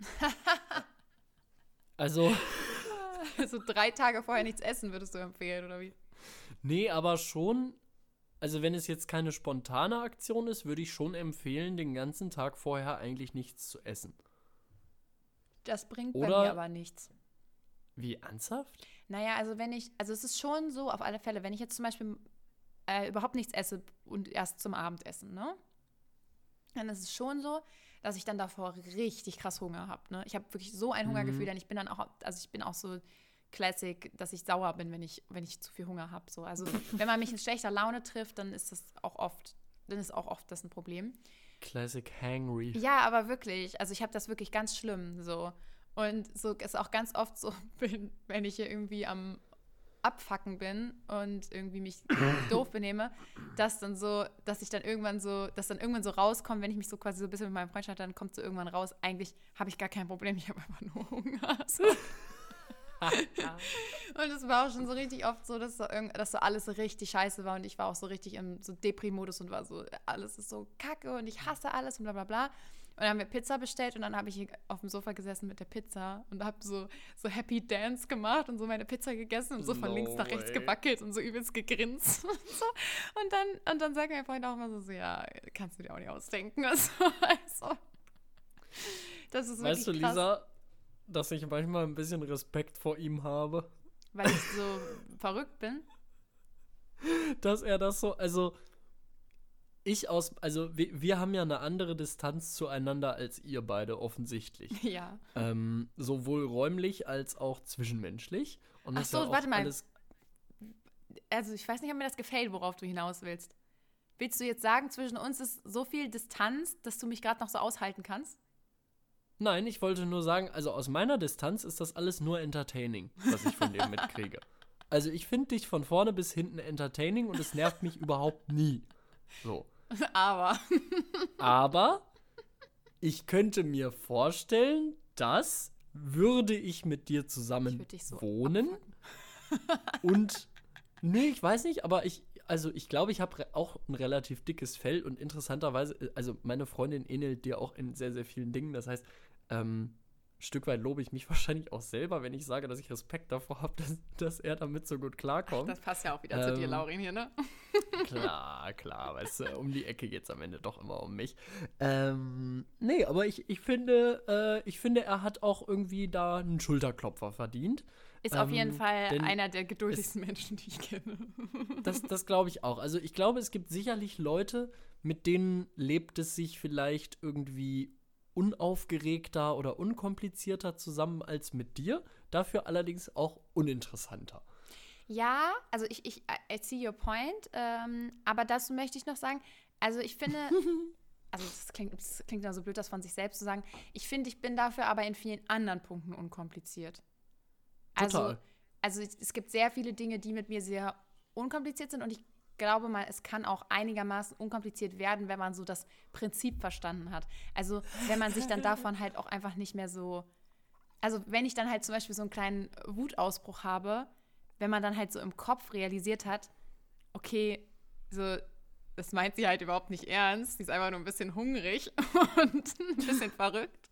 Also, So drei Tage vorher nichts essen, würdest du empfehlen, oder wie? nee, aber schon, also wenn es jetzt keine spontane Aktion ist, würde ich schon empfehlen, den ganzen Tag vorher eigentlich nichts zu essen. Das bringt bei Oder- mir aber nichts. Wie, ernsthaft? Naja, also wenn ich, also es ist schon so, auf alle Fälle, wenn ich jetzt zum Beispiel äh, überhaupt nichts esse und erst zum Abendessen, ne? Dann ist es schon so, dass ich dann davor richtig krass Hunger habe, ne? Ich habe wirklich so ein Hungergefühl, Mhm. denn ich bin dann auch, also ich bin auch so Classic, dass ich sauer bin, wenn ich, wenn ich zu viel Hunger habe. So. Also wenn man mich in schlechter Laune trifft, dann ist das auch oft, dann ist auch oft das ein Problem. Classic Hangry. Ja, aber wirklich, also ich habe das wirklich ganz schlimm so. Und so ist auch ganz oft so, bin, wenn ich hier irgendwie am Abfacken bin und irgendwie mich doof benehme, dass dann so, dass ich dann irgendwann so, dass dann irgendwann so rauskommt, wenn ich mich so quasi so ein bisschen mit meinem Freund starte, dann kommt so irgendwann raus, eigentlich habe ich gar kein Problem, ich habe einfach nur Hunger. So. Und es war auch schon so richtig oft so, dass so, irgend, dass so alles so richtig scheiße war und ich war auch so richtig im so Depri-Modus und war so, alles ist so kacke und ich hasse alles und bla bla bla. Und dann haben wir Pizza bestellt und dann habe ich hier auf dem Sofa gesessen mit der Pizza und habe so, so Happy Dance gemacht und so meine Pizza gegessen und so von No links nach rechts way. gewackelt und so übelst gegrinst und so. Und dann, und dann sagt mein Freund auch immer so, so, ja, kannst du dir auch nicht ausdenken. Also, also das ist wirklich Weißt du, krass, Lisa, dass ich manchmal ein bisschen Respekt vor ihm habe? weil ich so verrückt bin. Dass er das so, also ich aus, also wir, wir haben ja eine andere Distanz zueinander als ihr beide offensichtlich. Ja. Ähm, sowohl räumlich als auch zwischenmenschlich. Und Ach das so, ist ja auch warte mal. alles. Also ich weiß nicht, ob mir das gefällt, worauf du hinaus willst. Willst du jetzt sagen, zwischen uns ist so viel Distanz, dass du mich gerade noch so aushalten kannst? Nein, ich wollte nur sagen, also aus meiner Distanz ist das alles nur entertaining, was ich von dem mitkriege. Also ich finde dich von vorne bis hinten entertaining und es nervt mich überhaupt nie. So. Aber. Aber ich könnte mir vorstellen, dass würde ich mit dir zusammen Ich würd dich so wohnen und nee, ich weiß nicht, aber ich also ich glaube, ich habe re- auch ein relativ dickes Fell und interessanterweise, äh, also meine Freundin ähnelt dir auch in sehr, sehr vielen Dingen. Das heißt, ähm, ein Stück weit lobe ich mich wahrscheinlich auch selber, wenn ich sage, dass ich Respekt davor habe, dass, dass er damit so gut klarkommt. Das passt ja auch wieder zu dir, Ähm, Laurin, hier, ne? Klar, klar, weißt du, um die Ecke geht's am Ende doch immer um mich. Ähm, nee, aber ich, ich finde, äh, ich finde, er hat auch irgendwie da einen Schulterklopfer verdient. Ist auf Ähm, jeden Fall denn einer der geduldigsten Menschen, die ich kenne. Das, das glaube ich auch. Also ich glaube, es gibt sicherlich Leute, mit denen lebt es sich vielleicht irgendwie unaufgeregter oder unkomplizierter zusammen als mit dir. Dafür allerdings auch uninteressanter. Ja, also ich, ich I see your point. Ähm, aber dazu möchte ich noch sagen, also ich finde, also das klingt, das klingt ja so blöd, das von sich selbst zu sagen. Ich finde, ich bin dafür aber in vielen anderen Punkten unkompliziert. Also, Total. also es, es gibt sehr viele Dinge, die mit mir sehr unkompliziert sind und ich glaube mal, es kann auch einigermaßen unkompliziert werden, wenn man so das Prinzip verstanden hat. Also wenn man sich dann davon halt auch einfach nicht mehr so, also wenn ich dann halt zum Beispiel so einen kleinen Wutausbruch habe, wenn man dann halt so im Kopf realisiert hat, okay, so, das meint sie halt überhaupt nicht ernst, sie ist einfach nur ein bisschen hungrig und ein bisschen verrückt.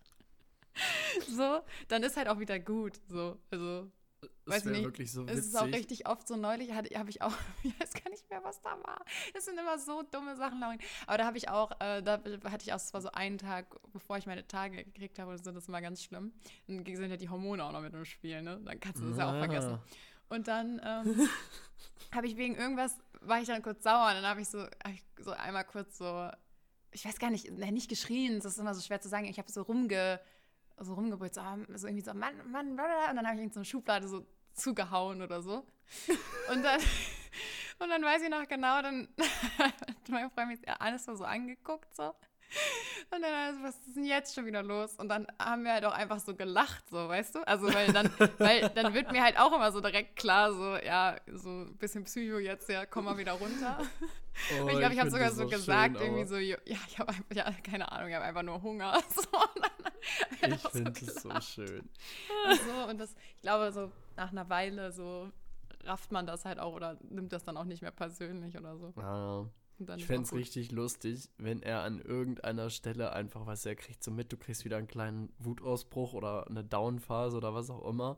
So, dann ist halt auch wieder gut, so, also Das weiß ich wäre nicht. wirklich so Es witzig. ist auch richtig oft so neulich, habe ich auch, ich weiß gar nicht mehr, was da war. Das sind immer so dumme Sachen, Laurin. Aber da habe ich auch, äh, da hatte ich auch, das war so einen Tag, bevor ich meine Tage gekriegt habe, oder so, das war ganz schlimm. Dann sind ja die Hormone auch noch mit im Spiel, ne? Dann kannst du das ja auch vergessen. Und dann ähm, habe ich wegen irgendwas, war ich dann kurz sauer und dann habe ich so, hab ich so einmal kurz so, ich weiß gar nicht, ne, nicht geschrien, das ist immer so schwer zu sagen, ich habe so rumge, so rumgebrüllt, so, so irgendwie so, Mann, Mann, blablabla. Und dann habe ich in so eine Schublade so zugehauen oder so. Und dann, und dann weiß ich noch genau, dann hat mein Freund mich alles so angeguckt, so. Und dann, also, was ist denn jetzt schon wieder los? Und dann haben wir halt auch einfach so gelacht, so, weißt du? Also, weil dann, weil dann wird mir halt auch immer so direkt klar, so, ja, so ein bisschen Psycho jetzt, ja, komm mal wieder runter. Oh, Und ich glaube, ich habe find sogar das so so gesagt, schön, irgendwie aber so, ja, ich habe einfach, ja, keine Ahnung, ich habe einfach nur Hunger. So, und dann Ich so finde es so gelacht. schön. Und so, und das, ich glaube, so nach einer Weile so rafft man das halt auch oder nimmt das dann auch nicht mehr persönlich oder so. Ja. Und dann Ich ist fände auch es gut. richtig lustig, wenn er an irgendeiner Stelle einfach, was er kriegt, so mit, du kriegst wieder einen kleinen Wutausbruch oder eine Downphase oder was auch immer.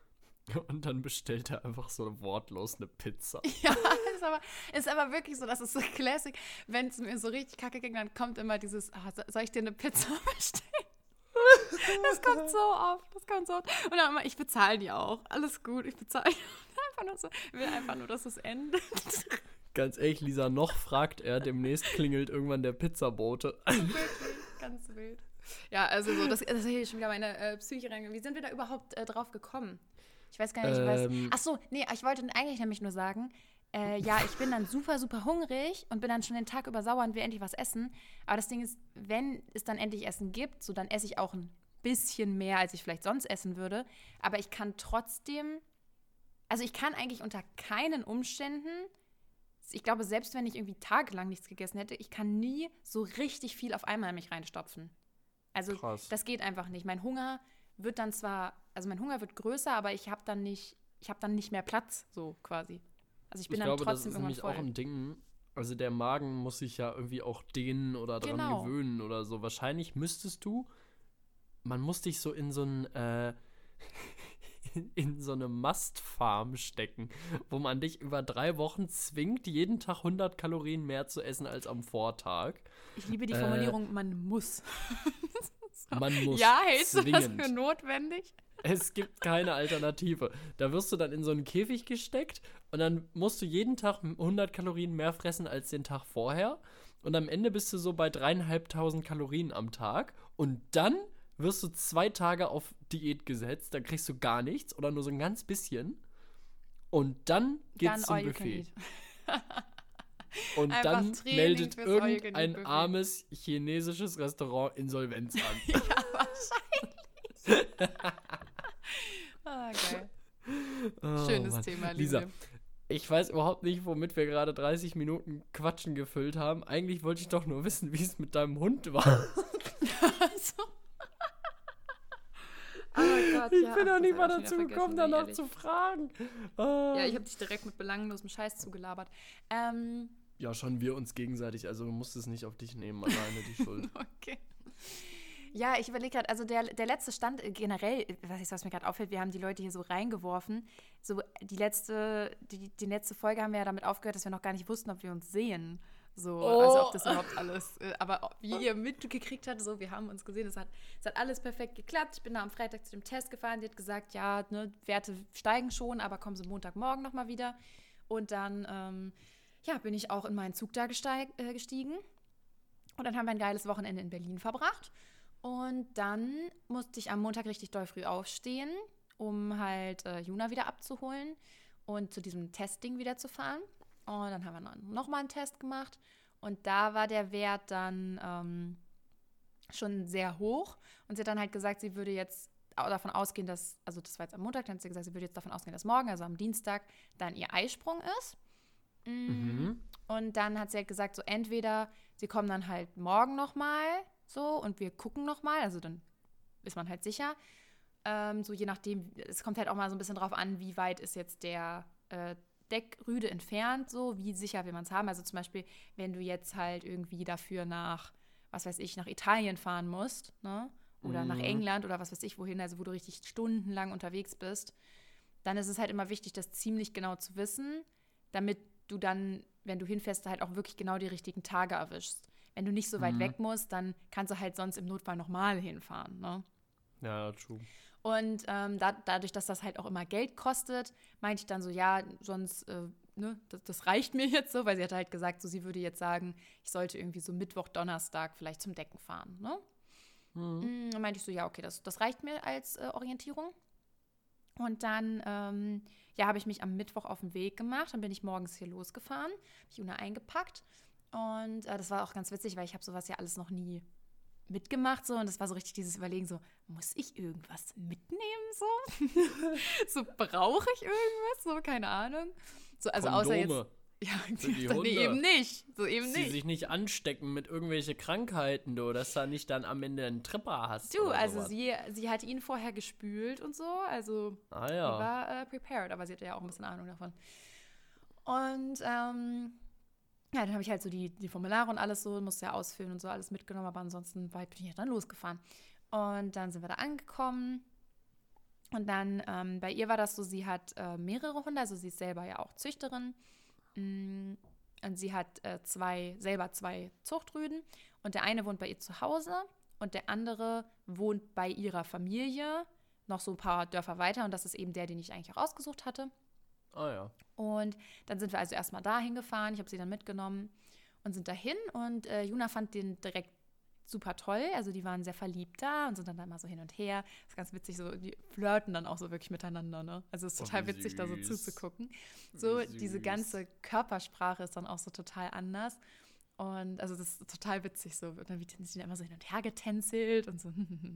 Und dann bestellt er einfach so wortlos eine Pizza. Ja, ist aber, ist aber wirklich so, das ist so Classic. Wenn es mir so richtig kacke ging, dann kommt immer dieses, ah, so- soll ich dir eine Pizza bestellen? Das kommt so oft, das kommt so oft. Und dann immer, ich bezahle die auch. Alles gut, ich bezahle. Einfach nur so, ich will einfach nur, dass es endet. Ganz ehrlich, Lisa, noch fragt er, demnächst klingelt irgendwann der Pizzabote. Wirklich, ganz wild. Ja, also so, das, das ist hier schon wieder meine äh, Psyche rein. Wie sind wir da überhaupt äh, drauf gekommen? Ich weiß gar nicht, ich weiß. Ähm. Ach so, nee, ich wollte eigentlich nämlich nur sagen, äh, ja, ich bin dann super, super hungrig und bin dann schon den Tag über sauer und will endlich was essen. Aber das Ding ist, wenn es dann endlich Essen gibt, so dann esse ich auch ein bisschen mehr, als ich vielleicht sonst essen würde. Aber ich kann trotzdem, also ich kann eigentlich unter keinen Umständen, ich glaube, selbst wenn ich irgendwie tagelang nichts gegessen hätte, ich kann nie so richtig viel auf einmal in mich reinstopfen. Also Krass. das geht einfach nicht. Mein Hunger wird dann zwar, also mein Hunger wird größer, aber ich habe dann nicht, ich habe dann nicht mehr Platz, so quasi. Also ich bin ich dann glaube, trotzdem das ist irgendwann nämlich voll. auch ein Ding. Also der Magen muss sich ja irgendwie auch dehnen oder dran Genau. gewöhnen oder so. Wahrscheinlich müsstest du, man muss dich so in so ein, äh, in so eine Mastfarm stecken, wo man dich über drei Wochen zwingt, jeden Tag hundert Kalorien mehr zu essen als am Vortag. Ich liebe die Äh, Formulierung, man muss. Man muss Ja, hältst du das zwingend. für notwendig? Es gibt keine Alternative. Da wirst du dann in so einen Käfig gesteckt und dann musst du jeden Tag hundert Kalorien mehr fressen als den Tag vorher. Und am Ende bist du so bei dreieinhalbtausend Kalorien am Tag. Und dann wirst du zwei Tage auf Diät gesetzt. Dann kriegst du gar nichts oder nur so ein ganz bisschen. Und dann geht's Dann zum all you can Buffet. eat. Und Einfach dann Training meldet fürs All You Can Eat irgendein Buffet. armes chinesisches Restaurant Insolvenz an. Ja, wahrscheinlich. Ah, geil. Oh, Schönes Mann. Thema, liebe. Lisa, ich weiß überhaupt nicht, womit wir gerade dreißig Minuten Quatschen gefüllt haben. Eigentlich wollte ich doch nur wissen, wie es mit deinem Hund war. Also. Oh Gott, Ich ja, bin ach, noch nicht das mal hab ich dazu wieder gekommen, vergessen, bin ich danach ehrlich. zu fragen. Ah. Ja, ich habe dich direkt mit belanglosem Scheiß zugelabert. Ähm, Ja, schon wir uns gegenseitig. Also du musst es nicht auf dich nehmen, alleine die Schuld. okay. Ja, ich überlege gerade, also der, der letzte Stand äh, generell, was, ich, was mir gerade auffällt, wir haben die Leute hier so reingeworfen. So die letzte, die, die letzte Folge haben wir ja damit aufgehört, dass wir noch gar nicht wussten, ob wir uns sehen. So, Oh. also ob das überhaupt alles, äh, aber ob- wie ihr mitgekriegt habt, so, wir haben uns gesehen, es hat, es hat alles perfekt geklappt. Ich bin da am Freitag zu dem Test gefahren, die hat gesagt, ja, ne, Werte steigen schon, aber kommen sie Montagmorgen nochmal wieder. Und dann, ähm, ja, bin ich auch in meinen Zug da gesteig, äh, gestiegen. Und dann haben wir ein geiles Wochenende in Berlin verbracht. Und dann musste ich am Montag richtig doll früh aufstehen, um halt äh, Juna wieder abzuholen und zu diesem Testing wieder zu fahren. Und dann haben wir noch, noch mal einen Test gemacht. Und da war der Wert dann ähm, schon sehr hoch. Und sie hat dann halt gesagt, sie würde jetzt au- davon ausgehen, dass, also das war jetzt am Montag, dann hat sie gesagt, sie würde jetzt davon ausgehen, dass morgen, also am Dienstag, dann ihr Eisprung ist. Mm. Mhm. Und dann hat sie halt gesagt, so entweder sie kommen dann halt morgen noch mal so und wir gucken noch mal, also dann ist man halt sicher. Ähm, so je nachdem, es kommt halt auch mal so ein bisschen drauf an, wie weit ist jetzt der äh, Deckrüde entfernt, so wie sicher will man es haben. Also zum Beispiel, wenn du jetzt halt irgendwie dafür nach, was weiß ich, nach Italien fahren musst, ne? Oder Mhm. nach England oder was weiß ich wohin, also wo du richtig stundenlang unterwegs bist, dann ist es halt immer wichtig, das ziemlich genau zu wissen, damit du dann, wenn du hinfährst, halt auch wirklich genau die richtigen Tage erwischst. Wenn du nicht so weit Mhm. weg musst, dann kannst du halt sonst im Notfall nochmal hinfahren, ne? Ja, true. Und ähm, da, dadurch, dass das halt auch immer Geld kostet, meinte ich dann so, ja, sonst, äh, ne, das, das reicht mir jetzt so, weil sie hat halt gesagt, so, sie würde jetzt sagen, ich sollte irgendwie so Mittwoch, Donnerstag vielleicht zum Decken fahren, ne? Mhm. Mm, Dann meinte ich so, ja, okay, das, das reicht mir als äh, Orientierung. Und dann, ähm, ja, habe ich mich am Mittwoch auf den Weg gemacht. Dann bin ich morgens hier losgefahren, habe ich Juna eingepackt. Und äh, das war auch ganz witzig, weil ich habe sowas ja alles noch nie mitgemacht. So. Und das war so richtig dieses Überlegen, so, muss ich irgendwas mitnehmen? So, so brauche ich irgendwas? So, keine Ahnung. So, also außer jetzt. Kondome. Ja, Für die nee, Hunde. eben nicht. So eben Sie nicht. sich nicht anstecken mit irgendwelchen Krankheiten, du, dass du nicht dann am Ende einen Tripper hast. Du, oder also sowas. sie, sie hat ihn vorher gespült und so. Also Ah die ja. war äh, prepared, aber sie hatte ja auch ein bisschen Ahnung davon. Und ähm, ja, dann habe ich halt so die, die Formulare und alles so, musste ja ausfüllen und so alles mitgenommen, aber ansonsten war, bin ich ja dann losgefahren. Und dann sind wir da angekommen. Und dann, ähm, bei ihr war das so, sie hat äh, mehrere Hunde, also sie ist selber ja auch Züchterin. Mm, Und sie hat äh, zwei, selber zwei Zuchtrüden. Und der eine wohnt bei ihr zu Hause und der andere wohnt bei ihrer Familie, noch so ein paar Dörfer weiter. Und das ist eben der, den ich eigentlich auch ausgesucht hatte. Ah ja. Und dann sind wir also erstmal dahin gefahren. Ich habe sie dann mitgenommen und sind dahin. Und äh, Juna fand den direkt super toll. Also die waren sehr verliebt da und sind dann da immer so hin und her. Das ist ganz witzig, so die flirten dann auch so wirklich miteinander, ne? Also es ist Oh, total wie witzig, da so süß. zuzugucken. So, Wie diese süß. ganze Körpersprache ist dann auch so total anders. Und also das ist total witzig so. Und dann wie sind sie dann immer so hin und her getänzelt und so.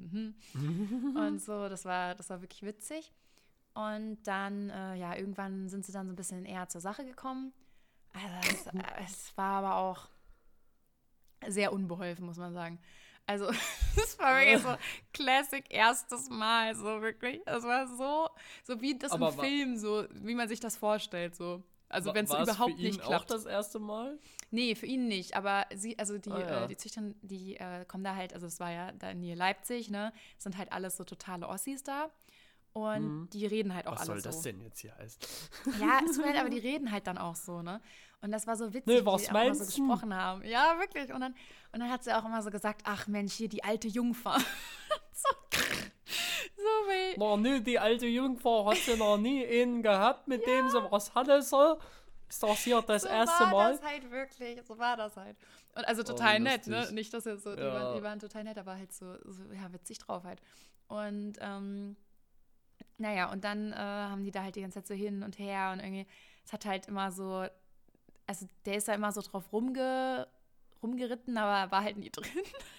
Und so, das war, das war wirklich witzig. Und dann, äh, ja, irgendwann sind sie dann so ein bisschen eher zur Sache gekommen. Also es, äh, es war aber auch sehr unbeholfen, muss man sagen. Also, das war wirklich so Classic erstes Mal, so wirklich. Das war so, so wie das Aber im wa- Film, so wie man sich das vorstellt, so. Also, Wa- wenn es war überhaupt für ihn nicht auch klappt. das erste Mal? Nee, für ihn nicht, aber sie, also die, Ah, ja. äh, die Züchterin, die äh, kommen da halt, also es war ja da in Nähe Leipzig, ne, sind halt alles so totale Ossis da und Mhm. die reden halt auch Was alle soll das so. denn jetzt hier heißen? Ja, es tut mir leid, aber die reden halt dann auch so, ne? Und das war so witzig, Nee, wie was die auch immer so meinst du? gesprochen haben. Ja, wirklich. Und dann, und dann hat sie auch immer so gesagt, ach Mensch, hier die alte Jungfer. so, so wie, Noch nie, die alte Jungfrau hat sie noch nie einen gehabt, mit dem sie was hatte soll. Ist das hier das so erste war Mal? das halt wirklich, so war das halt. Und also total Oh, nett, ne? lustig. Nicht, dass jetzt so, die, Ja. waren, die waren total nett, aber halt so, so ja, witzig drauf halt. Und, ähm, naja, und dann äh, haben die da halt die ganze Zeit so hin und her und irgendwie, es hat halt immer so, also der ist da immer so drauf rumge, rumgeritten, aber war halt nie drin.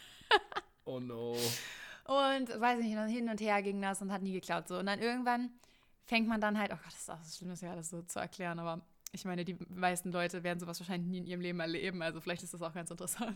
Oh no. Und weiß nicht, dann hin und her ging das und hat nie geklappt. So. Und dann irgendwann fängt man dann halt, oh Gott, das ist auch so schlimm, das ja alles so zu erklären, aber ich meine, die meisten Leute werden sowas wahrscheinlich nie in ihrem Leben erleben, also vielleicht ist das auch ganz interessant.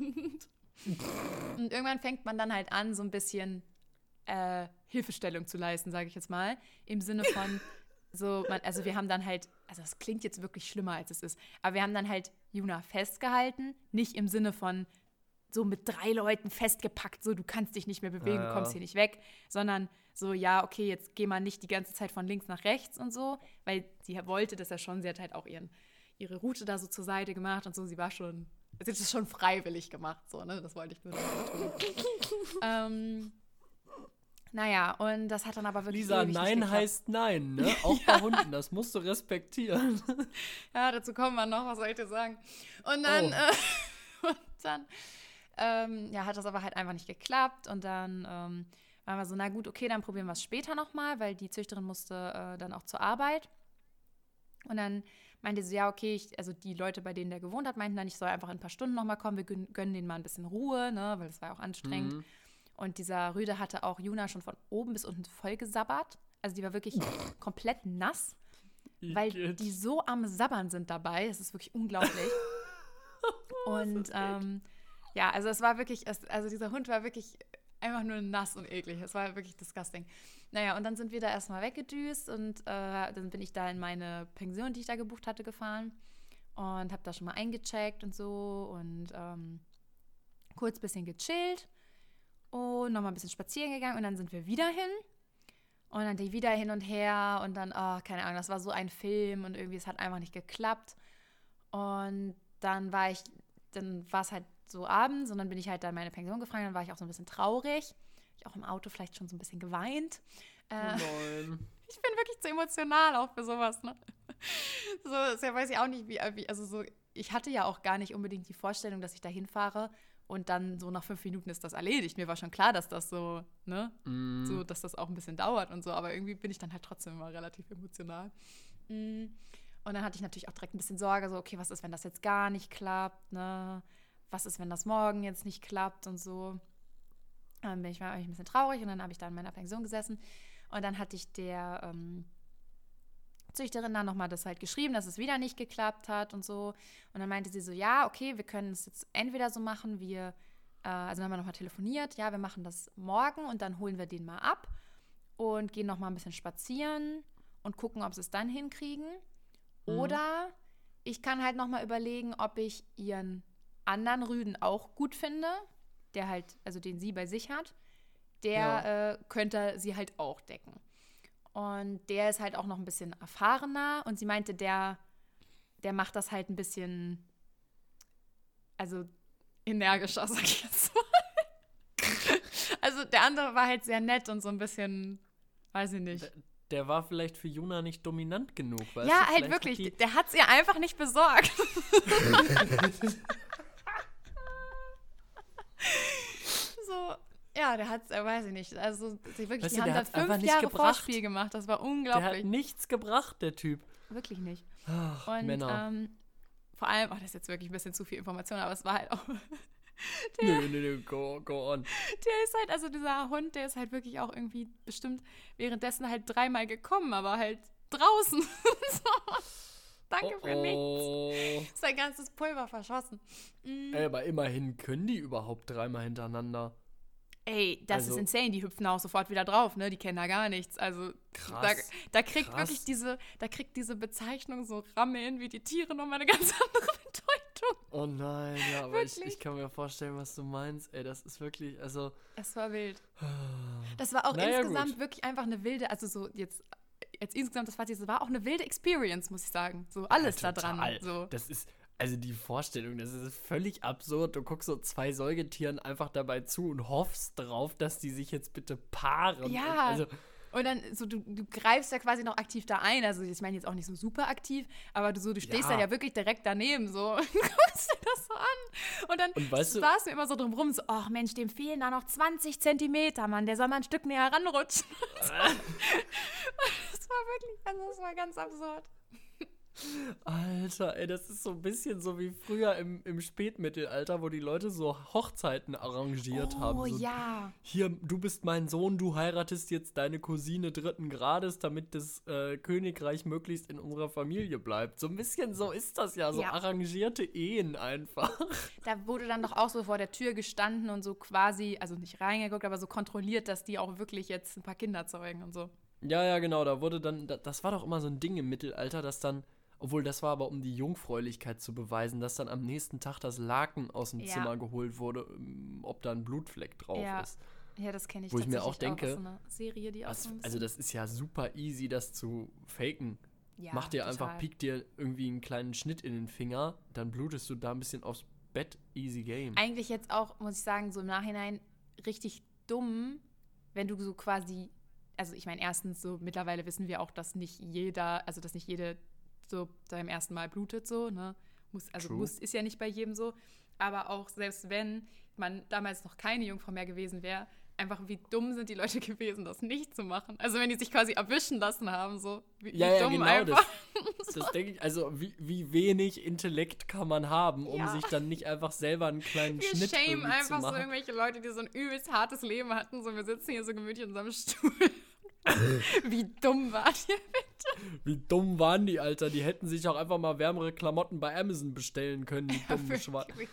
Und irgendwann fängt man dann halt an, so ein bisschen äh, Hilfestellung zu leisten, sage ich jetzt mal, im Sinne von so, man, also wir haben dann halt, also das klingt jetzt wirklich schlimmer, als es ist, aber wir haben dann halt Juna festgehalten, nicht im Sinne von so mit drei Leuten festgepackt, so du kannst dich nicht mehr bewegen, Ja, du kommst ja. hier nicht weg, sondern so, ja, okay, jetzt geh mal nicht die ganze Zeit von links nach rechts und so, weil sie wollte das ja schon, sie hat halt auch ihren, ihre Route da so zur Seite gemacht und so, sie war schon, sie hat es schon freiwillig gemacht, so, ne, das wollte ich nur betonen. ähm, naja, und das hat dann aber wirklich Lisa, ewig nicht nein geklappt. heißt nein, ne? Auch bei Hunden, das musst du respektieren. Ja, dazu kommen wir noch, was soll ich dir sagen? Und dann, Oh. äh, und dann ähm, ja, hat das aber halt einfach nicht geklappt. Und dann ähm, waren wir so, na gut, okay, dann probieren wir es später nochmal, weil die Züchterin musste äh, dann auch zur Arbeit. Und dann meinte sie, ja, okay, ich, also die Leute, bei denen der gewohnt hat, meinten dann, ich soll einfach in ein paar Stunden nochmal kommen, wir gön- gönnen denen mal ein bisschen Ruhe, ne, weil das war ja auch anstrengend. Mhm. Und dieser Rüde hatte auch Juna schon von oben bis unten voll gesabbert. Also die war wirklich komplett nass, weil Igitt. die so am Sabbern sind dabei. Es ist wirklich unglaublich. Und ähm, ja, also es war wirklich, es, also dieser Hund war wirklich einfach nur nass und eklig. Es war wirklich disgusting. Naja, und dann sind wir da erstmal weggedüst und äh, dann bin ich da in meine Pension, die ich da gebucht hatte, gefahren und habe da schon mal eingecheckt und so und ähm, kurz ein bisschen gechillt und nochmal ein bisschen spazieren gegangen und dann sind wir wieder hin und dann die wieder hin und her und dann, oh, keine Ahnung, das war so ein Film und irgendwie, es hat einfach nicht geklappt und dann war ich, dann war es halt so abends und dann bin ich halt da in meine Pension gefahren, dann war ich auch so ein bisschen traurig, ich auch im Auto vielleicht schon so ein bisschen geweint. Äh, Nein. ich bin wirklich zu emotional auch für sowas, ne? So, ist ja, weiß ich auch nicht, wie, wie, also so, ich hatte ja auch gar nicht unbedingt die Vorstellung, dass ich da hinfahre und dann so nach fünf Minuten ist das erledigt. Mir war schon klar, dass das so, ne, Mm. so, dass das auch ein bisschen dauert und so, aber irgendwie bin ich dann halt trotzdem immer relativ emotional. Mm. Und dann hatte ich natürlich auch direkt ein bisschen Sorge, so, okay, was ist, wenn das jetzt gar nicht klappt, ne? Was ist, wenn das morgen jetzt nicht klappt und so. Dann bin ich, war ich ein bisschen traurig und dann habe ich da in meiner Pension gesessen und dann hatte ich der ähm, Züchterin dann nochmal das halt geschrieben, dass es wieder nicht geklappt hat und so. Und dann meinte sie so, ja, okay, wir können es jetzt entweder so machen, wir, äh, also dann haben wir nochmal telefoniert, ja, wir machen das morgen und dann holen wir den mal ab und gehen nochmal ein bisschen spazieren und gucken, ob sie es dann hinkriegen. Mhm. Oder ich kann halt nochmal überlegen, ob ich ihren anderen Rüden auch gut finde, der halt, also den sie bei sich hat, der Ja. äh, könnte sie halt auch decken. Und der ist halt auch noch ein bisschen erfahrener und sie meinte, der, der macht das halt ein bisschen, also energischer, sag ich jetzt mal. Also der andere war halt sehr nett und so ein bisschen, weiß ich nicht. Der, der war vielleicht für Juna nicht dominant genug, weißt Ja, du? halt Vielleicht wirklich. hat die- Der hat es ihr einfach nicht besorgt. So, ja, der hat es, weiß ich nicht. Also, sie wirklich, Weißt die du, haben der da hat's einfach fünf nicht Jahre gebracht. Vorspiel gemacht. Das war Der hat unglaublich. nichts gebracht, der Typ. Wirklich nicht. Ach, Und Männer. ähm, vor allem, oh, das ist jetzt wirklich ein bisschen zu viel Information, aber es war halt auch, Nö, nö, nö, go, go on. der ist halt, also dieser Hund, der ist halt wirklich auch irgendwie bestimmt währenddessen halt dreimal gekommen, aber halt draußen. So. Danke für nichts. oh. Sein ganzes Pulver verschossen. Mm. Ey, aber immerhin können die überhaupt dreimal hintereinander. Ey, das Also- ist insane. Die hüpfen auch sofort wieder drauf, ne? Die kennen da gar nichts. Also Krass. da, da kriegt krass. wirklich diese, da kriegt diese Bezeichnung so Rammeln wie die Tiere nochmal eine ganz andere Bedeutung. Oh nein, ja, aber ich, Wirklich? ich kann mir vorstellen, was du meinst. Ey, das ist wirklich, also. Es war wild. Das war auch Naja, insgesamt gut. wirklich einfach eine wilde, also so jetzt, jetzt insgesamt das Fazit, es war auch eine wilde Experience, muss ich sagen. So alles Ja, da dran. total. So. Das ist, also die Vorstellung, das ist völlig absurd. Du guckst so zwei Säugetieren einfach dabei zu und hoffst drauf, dass die sich jetzt bitte paaren. Ja. Und also, Und dann, so, du, du greifst ja quasi noch aktiv da ein. Also, ich meine jetzt auch nicht so super aktiv, aber du, so, du stehst Ja. dann ja wirklich direkt daneben so und guckst dir das so an. Und dann Und weißt du- saß mir immer so drum rum, so, ach Mensch, dem fehlen da noch zwanzig Zentimeter, Mann, der soll mal ein Stück näher ranrutschen. Das war wirklich, also, das war ganz absurd. Alter, ey, das ist so ein bisschen so wie früher im, im Spätmittelalter, wo die Leute so Hochzeiten arrangiert haben. Oh So, ja. hier, du bist mein Sohn, du heiratest jetzt deine Cousine dritten Grades, damit das äh, Königreich möglichst in unserer Familie bleibt. So ein bisschen so ist das ja, so Ja. arrangierte Ehen einfach. Da wurde dann doch auch so vor der Tür gestanden und so quasi, also nicht reingeguckt, aber so kontrolliert, dass die auch wirklich jetzt ein paar Kinder zeugen und so. Ja, ja, genau, da wurde dann, da, das war doch immer so ein Ding im Mittelalter, dass dann, obwohl das war aber um die Jungfräulichkeit zu beweisen, dass dann am nächsten Tag das Laken aus dem Ja. Zimmer geholt wurde, ähm, ob da ein Blutfleck drauf Ja. ist. Ja, das kenne ich Wo ich mir tatsächlich auch denke, aus so einer Serie, die auch Was, so ein also bisschen- das ist ja super easy, das zu faken. ja, Mach dir einfach, total. piek dir irgendwie einen kleinen Schnitt in den Finger, dann blutest du da ein bisschen aufs Bett, easy game. Eigentlich jetzt auch, muss ich sagen, so im Nachhinein richtig dumm, wenn du so quasi, also ich meine, erstens so, mittlerweile wissen wir auch, dass nicht jeder, also dass nicht jede so beim ersten Mal blutet so, ne? Muss, also True. muss, ist ja nicht bei jedem so. Aber auch selbst wenn man damals noch keine Jungfrau mehr gewesen wäre, einfach wie dumm sind die Leute gewesen, das nicht zu machen. Also wenn die sich quasi erwischen lassen haben, so wie, Ja, wie ja, dumm genau, einfach. Das denke ich, also wie, wie wenig Intellekt kann man haben, um Ja. sich dann nicht einfach selber einen kleinen Wir Schnitt shamen irgendwie zu einfach so machen. irgendwelche Leute, die so ein übelst hartes Leben hatten. So, wir sitzen hier so gemütlich in unserem Stuhl. Wie dumm wart ihr? Wie dumm waren die, Alter? Die hätten sich auch einfach mal wärmere Klamotten bei Amazon bestellen können, die dummen Schwa Wirklich.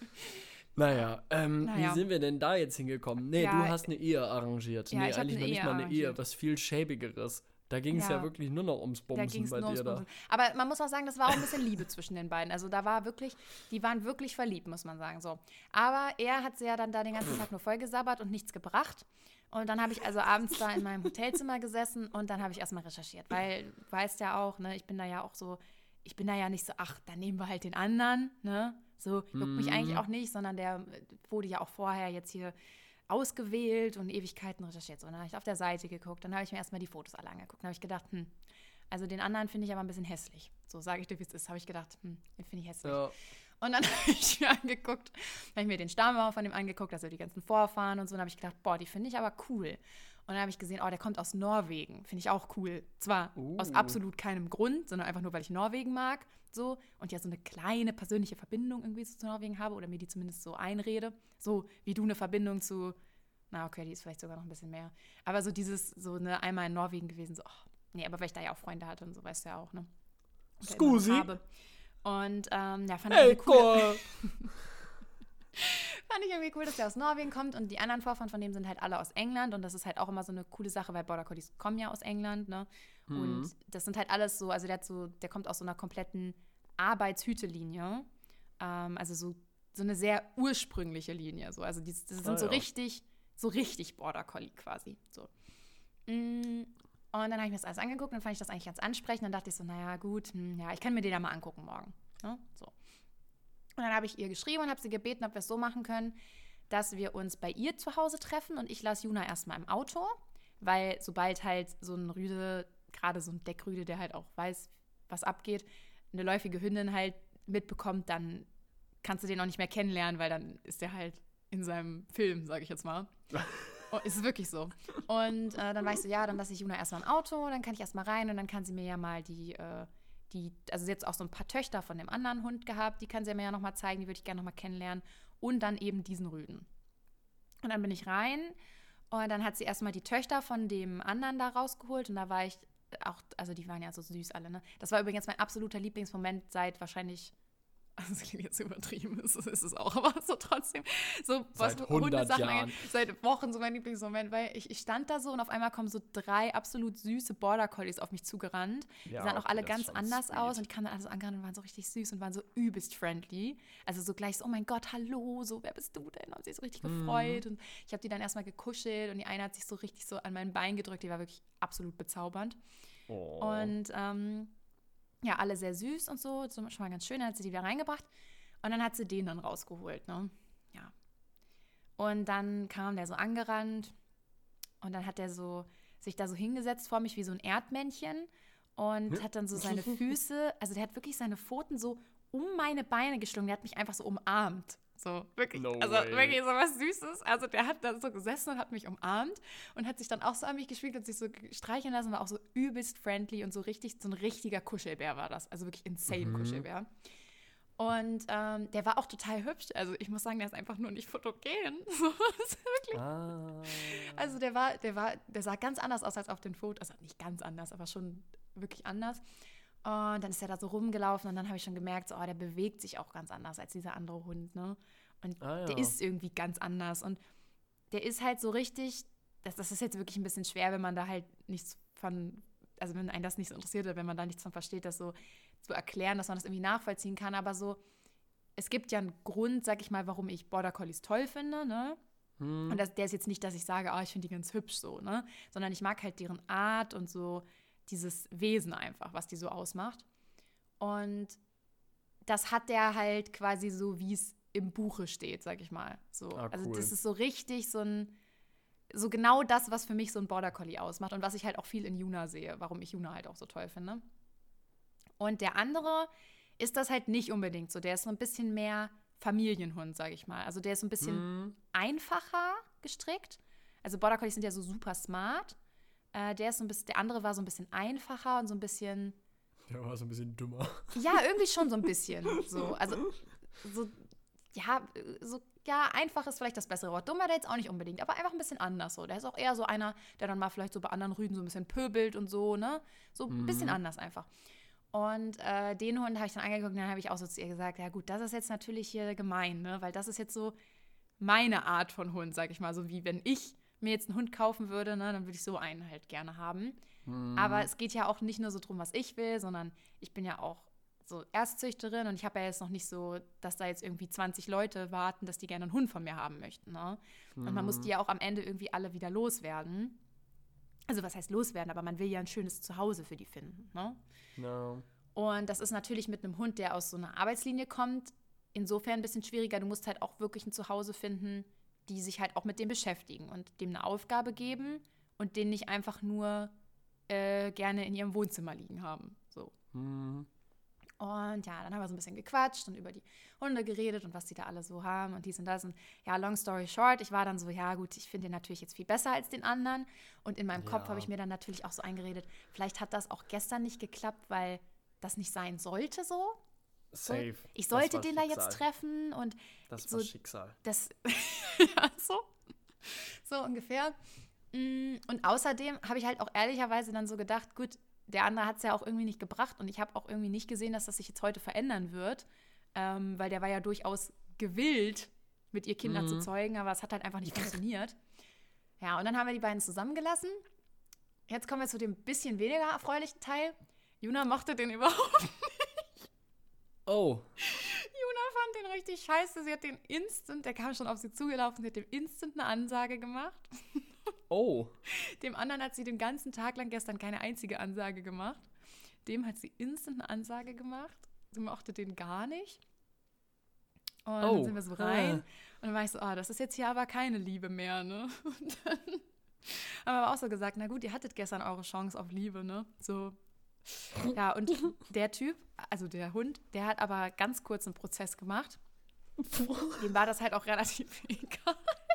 Naja, ähm, Naja. wie sind wir denn da jetzt hingekommen? Nee, Ja, du hast eine Ehe arrangiert. ja, nee, ich hab eigentlich eine noch nicht Ehe mal eine Ehe, arrangiert. was viel schäbigeres. Da ging es ja. Ja. wirklich nur noch ums Da Bumsen ging es bei nur ums dir da. Bumsen. Aber man muss auch sagen, das war auch ein bisschen Liebe zwischen den beiden. Also da war wirklich, die waren wirklich verliebt, muss man sagen. So. Aber er hat sie ja dann da den ganzen Tag nur vollgesabbert und nichts gebracht. Und dann habe ich also abends da in meinem Hotelzimmer gesessen und dann habe ich erstmal recherchiert. Weil, du weißt ja auch, ne, ich bin da ja auch so, ich bin da ja nicht so, ach, dann nehmen wir halt den anderen, ne? So, juckt mich Mhm. eigentlich auch nicht, sondern der wurde ja auch vorher jetzt hier ausgewählt und Ewigkeiten recherchiert. So, dann habe ich auf der Seite geguckt, dann habe ich mir erstmal die Fotos alle angeguckt. Dann habe ich gedacht, hm, also den anderen finde ich aber ein bisschen hässlich. So sage ich dir, wie es ist, habe ich gedacht, hm, den finde ich hässlich. Ja. Und dann habe ich mir angeguckt, habe ich mir den Stammbaum von dem angeguckt, also die ganzen Vorfahren und so, und habe ich gedacht, boah, die finde ich aber cool. Und dann habe ich gesehen, oh, der kommt aus Norwegen, finde ich auch cool. Zwar Uh. aus absolut keinem Grund, sondern einfach nur, weil ich Norwegen mag, so, und ja so eine kleine persönliche Verbindung irgendwie so zu Norwegen habe oder mir die zumindest so einrede, so wie du eine Verbindung zu, na okay, die ist vielleicht sogar noch ein bisschen mehr, aber so dieses, so eine einmal in Norwegen gewesen, so, oh, nee, aber weil ich da ja auch Freunde hatte und so, weißt du ja auch, ne? Und da immer noch Scusi. habe. Und ähm, ja, fand ich Hey, irgendwie cool. cool. Fand ich irgendwie cool, dass der aus Norwegen kommt und die anderen Vorfahren von dem sind halt alle aus England und das ist halt auch immer so eine coole Sache, weil Border Collies kommen ja aus England, ne? Mhm. Und das sind halt alles so, also der hat so, der kommt aus so einer kompletten Arbeitshütelinie, ähm, also so, so eine sehr ursprüngliche Linie, so, also die, das sind Ah, so ja. richtig, so richtig Border Collie quasi, so. Mm, Und dann habe ich mir das alles angeguckt und dann fand ich das eigentlich ganz ansprechend. Dann dachte ich so, naja, gut, hm, ja, ich kann mir den ja mal angucken morgen. Ne? So. Und dann habe ich ihr geschrieben und habe sie gebeten, ob wir es so machen können, dass wir uns bei ihr zu Hause treffen und ich lasse Juna erstmal im Auto, weil sobald halt so ein Rüde, gerade so ein Deckrüde, der halt auch weiß, was abgeht, eine läufige Hündin halt mitbekommt, dann kannst du den auch nicht mehr kennenlernen, weil dann ist der halt in seinem Film, sage ich jetzt mal. Oh, ist wirklich so. Und äh, dann war ich so, ja, dann lasse ich Juna erstmal im Auto, dann kann ich erstmal rein und dann kann sie mir ja mal die, äh, die, also sie hat jetzt auch so ein paar Töchter von dem anderen Hund gehabt, die kann sie mir ja nochmal zeigen, die würde ich gerne nochmal kennenlernen. Und dann eben diesen Rüden. Und dann bin ich rein und dann hat sie erstmal die Töchter von dem anderen da rausgeholt und da war ich auch, also die waren ja so süß alle, ne? Das war übrigens mein absoluter Lieblingsmoment seit wahrscheinlich, also es klingt jetzt übertrieben, ist, ist es auch, aber so trotzdem, so was Seit hundert Hundesachen Jahren. angeht, seit Wochen so mein Lieblingsmoment, weil ich, ich stand da so und auf einmal kommen so drei absolut süße Border Collies auf mich zugerannt. Die Ja, sahen auch okay, alle das ist ganz schon anders sweet. aus und die kamen dann alle so angerannt und waren so richtig süß und waren so übelst friendly. Also so gleich so, oh mein Gott, hallo, so, wer bist du denn? Haben sich so richtig Mhm. gefreut und ich habe die dann erstmal gekuschelt und die eine hat sich so richtig so an mein Bein gedrückt, die war wirklich absolut bezaubernd. Oh. Und ähm, ja, alle sehr süß und so, so schon mal ganz schön. Dann hat sie die wieder reingebracht und dann hat sie den dann rausgeholt, ne? Ja. Und dann kam der so angerannt und dann hat der so sich da so hingesetzt vor mich wie so ein Erdmännchen und Hm? hat dann so seine Füße, also der hat wirklich seine Pfoten so um meine Beine geschlungen, der hat mich einfach so umarmt. So, wirklich, No also way. wirklich so was Süßes. Also der hat da so gesessen und hat mich umarmt und hat sich dann auch so an mich gespielt und sich so streicheln lassen, war auch so übelst friendly und so richtig, so ein richtiger Kuschelbär war das. Also wirklich insane Mhm. Kuschelbär. Und ähm, der war auch total hübsch. Also ich muss sagen, der ist einfach nur nicht fotogen. So, das ist wirklich. Ah. Also der war, der war, der sah ganz anders aus als auf den Fotos. Also nicht ganz anders, aber schon wirklich anders. Und dann ist er da so rumgelaufen und dann habe ich schon gemerkt, so, oh, der bewegt sich auch ganz anders als dieser andere Hund, ne? Und Ah, ja. der ist irgendwie ganz anders. Und der ist halt so richtig, das, das ist jetzt wirklich ein bisschen schwer, wenn man da halt nichts von, also wenn einen das nicht so interessiert oder wenn man da nichts von versteht, das so zu erklären, dass man das irgendwie nachvollziehen kann. Aber so, es gibt ja einen Grund, sag ich mal, warum ich Border Collies toll finde, ne? Hm. Und das, der ist jetzt nicht, dass ich sage, ah, ich finde die ganz hübsch so, ne? Sondern ich mag halt deren Art und so dieses Wesen einfach, was die so ausmacht. Und das hat der halt quasi so, wie es im Buche steht, sag ich mal. So. Ah, Also cool. das ist so richtig so ein, so genau das, was für mich so ein Border Collie ausmacht und was ich halt auch viel in Juna sehe, warum ich Juna halt auch so toll finde. Und der andere ist das halt nicht unbedingt so. Der ist so ein bisschen mehr Familienhund, sag ich mal. Also der ist so ein bisschen Hm. einfacher gestrickt. Also Border Collies sind ja so super smart. Äh, der ist so ein bisschen, der andere war so ein bisschen einfacher und so ein bisschen, Der war so ein bisschen dümmer. ja, irgendwie schon so ein bisschen. So, also so, ja, so, ja, einfach ist vielleicht das bessere Wort. Dumm war der jetzt auch nicht unbedingt, aber einfach ein bisschen anders so. Der ist auch eher so einer, der dann mal vielleicht so bei anderen Rüden so ein bisschen pöbelt und so, ne? So ein bisschen Mhm. anders einfach. Und äh, den Hund habe ich dann angeguckt und dann habe ich auch so zu ihr gesagt, ja gut, das ist jetzt natürlich hier gemein, ne? Weil das ist jetzt so meine Art von Hund, sag ich mal. So wie wenn ich mir jetzt einen Hund kaufen würde, ne, dann würde ich so einen halt gerne haben. Hm. Aber es geht ja auch nicht nur so drum, was ich will, sondern ich bin ja auch so Erstzüchterin und ich habe ja jetzt noch nicht so, dass da jetzt irgendwie zwanzig Leute warten, dass die gerne einen Hund von mir haben möchten. Ne? Und man muss die ja auch am Ende irgendwie alle wieder loswerden. Also was heißt loswerden, aber man will ja ein schönes Zuhause für die finden. Ne? No. Und das ist natürlich mit einem Hund, der aus so einer Arbeitslinie kommt, insofern ein bisschen schwieriger. Du musst halt auch wirklich ein Zuhause finden, die sich halt auch mit dem beschäftigen und dem eine Aufgabe geben und den nicht einfach nur äh, gerne in ihrem Wohnzimmer liegen haben. So. Hm. Und ja, dann haben wir so ein bisschen gequatscht und über die Hunde geredet und was die da alle so haben und dies und das. Und ja, long story short, ich war dann so, ja gut, ich finde den natürlich jetzt viel besser als den anderen. Und in meinem Kopf Ja. habe ich mir dann natürlich auch so eingeredet, vielleicht hat das auch gestern nicht geklappt, weil das nicht sein sollte so. So. Safe. Ich Das sollte war den da Schicksal. jetzt treffen und Das so- war Schicksal. das, ja, so, so ungefähr. Mm, Und außerdem habe ich halt auch ehrlicherweise dann so gedacht, gut, der andere hat es ja auch irgendwie nicht gebracht und ich habe auch irgendwie nicht gesehen, dass das sich jetzt heute verändern wird, ähm, weil der war ja durchaus gewillt, mit ihr Kinder Mhm. zu zeugen, aber es hat halt einfach nicht funktioniert. Ja, und dann haben wir die beiden zusammengelassen. Jetzt kommen wir zu dem bisschen weniger erfreulichen Teil. Juna mochte den überhaupt. Oh. Juna fand den richtig scheiße. Sie hat den instant, der kam schon auf sie zugelaufen, sie hat dem instant eine Ansage gemacht. Oh. Dem anderen hat sie den ganzen Tag lang gestern keine einzige Ansage gemacht. Dem hat sie instant eine Ansage gemacht. Sie mochte den gar nicht. Und Oh. dann sind wir so rein. Ah. Und dann war ich so, ah, das ist jetzt hier aber keine Liebe mehr, ne? Und dann haben wir aber auch so gesagt, na gut, ihr hattet gestern eure Chance auf Liebe, ne? So. Ja, und der Typ, also der Hund, der hat aber ganz kurz einen Prozess gemacht. Dem war das halt auch relativ egal.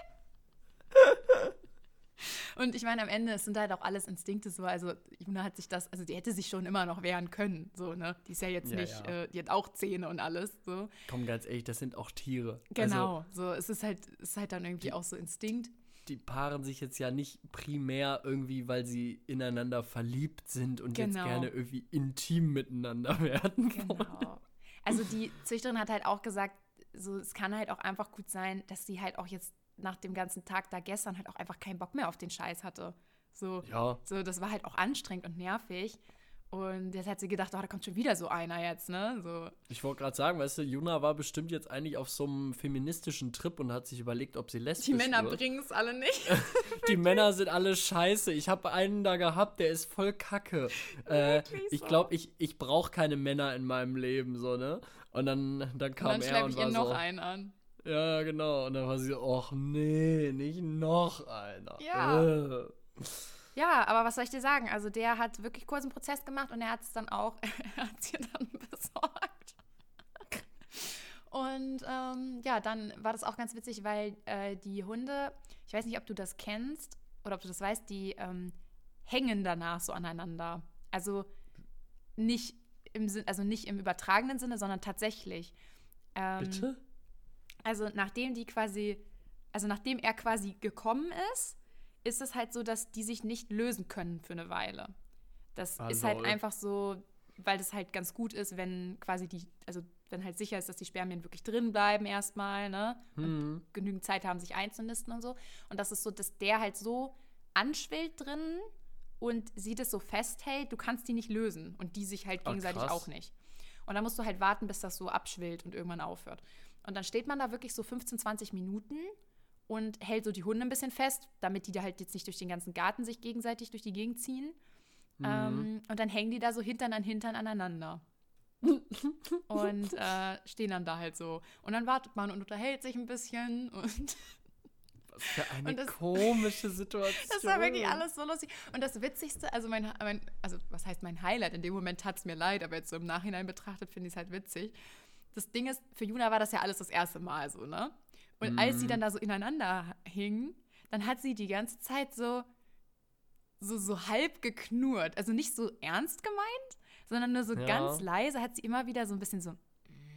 Und ich meine, am Ende, es sind halt auch alles Instinkte so, also Juna hat sich das, also die hätte sich schon immer noch wehren können, so, ne? Die ist ja jetzt Ja, nicht, ja. Äh, die hat auch Zähne und alles, so. Komm, ganz ehrlich, das sind auch Tiere. Also, Genau, so, es ist halt, es ist halt dann irgendwie Die- auch so Instinkt. die paaren sich jetzt ja nicht primär irgendwie, weil sie ineinander verliebt sind und jetzt Genau. gerne irgendwie intim miteinander werden wollen. Genau. Also die Züchterin hat halt auch gesagt, so, es kann halt auch einfach gut sein, dass sie halt auch jetzt nach dem ganzen Tag da gestern halt auch einfach keinen Bock mehr auf den Scheiß hatte. So, Ja. so das war halt auch anstrengend und nervig. Und jetzt hat sie gedacht, oh, da kommt schon wieder so einer jetzt, ne? So. Ich wollte gerade sagen, weißt du, Juna war bestimmt jetzt eigentlich auf so einem feministischen Trip und hat sich überlegt, ob sie lesbisch Die Männer wird. bringen es alle nicht. Die Männer sind alle scheiße. Ich habe einen da gehabt, der ist voll kacke. Äh, ich so. glaube, ich, ich brauche keine Männer in meinem Leben, so, ne? Und dann, dann kam Und dann er schleppe und ich war ihr noch so, einen an. ja, genau. Und dann war sie so, ach nee, nicht noch einer. Ja. Äh. Ja, aber was soll ich dir sagen? Also der hat wirklich kurz einen Prozess gemacht und er hat es dann auch, er hat es ihr dann besorgt. Und ähm, ja, dann war das auch ganz witzig, weil äh, die Hunde, ich weiß nicht, ob du das kennst oder ob du das weißt, die ähm, hängen danach so aneinander. Also nicht im Sinn, also nicht im übertragenen Sinne, sondern tatsächlich. Ähm, Bitte? Also nachdem die quasi, also nachdem er quasi gekommen ist, ist es halt so, dass die sich nicht lösen können für eine Weile. Das Ah, ist halt lol. einfach so, weil das halt ganz gut ist, wenn quasi die, also wenn halt sicher ist, dass die Spermien wirklich drin bleiben erstmal, ne? Und Hm. genügend Zeit haben, sich einzunisten und so. Und das ist so, dass der halt so anschwillt drin und sie das so festhält, du kannst die nicht lösen. Und die sich halt Ah, gegenseitig krass. auch nicht. Und dann musst du halt warten, bis das so abschwillt und irgendwann aufhört. Und dann steht man da wirklich so fünfzehn, zwanzig Minuten und hält so die Hunde ein bisschen fest, damit die da halt jetzt nicht durch den ganzen Garten sich gegenseitig durch die Gegend ziehen. Mhm. Ähm, und dann hängen die da so Hintern an Hintern aneinander. und äh, stehen dann da halt so. Und dann wartet man und unterhält sich ein bisschen. Und Was für eine Und das- komische Situation. das war wirklich alles so lustig. Und das Witzigste, also mein, mein also was heißt mein Highlight? In dem Moment tat es mir leid, aber jetzt so im Nachhinein betrachtet finde ich es halt witzig. Das Ding ist, für Juna war das ja alles das erste Mal so, ne? Und Mhm. als sie dann da so ineinander hingen, dann hat sie die ganze Zeit so, so, so halb geknurrt. Also nicht so ernst gemeint, sondern nur so Ja. ganz leise hat sie immer wieder so ein bisschen so.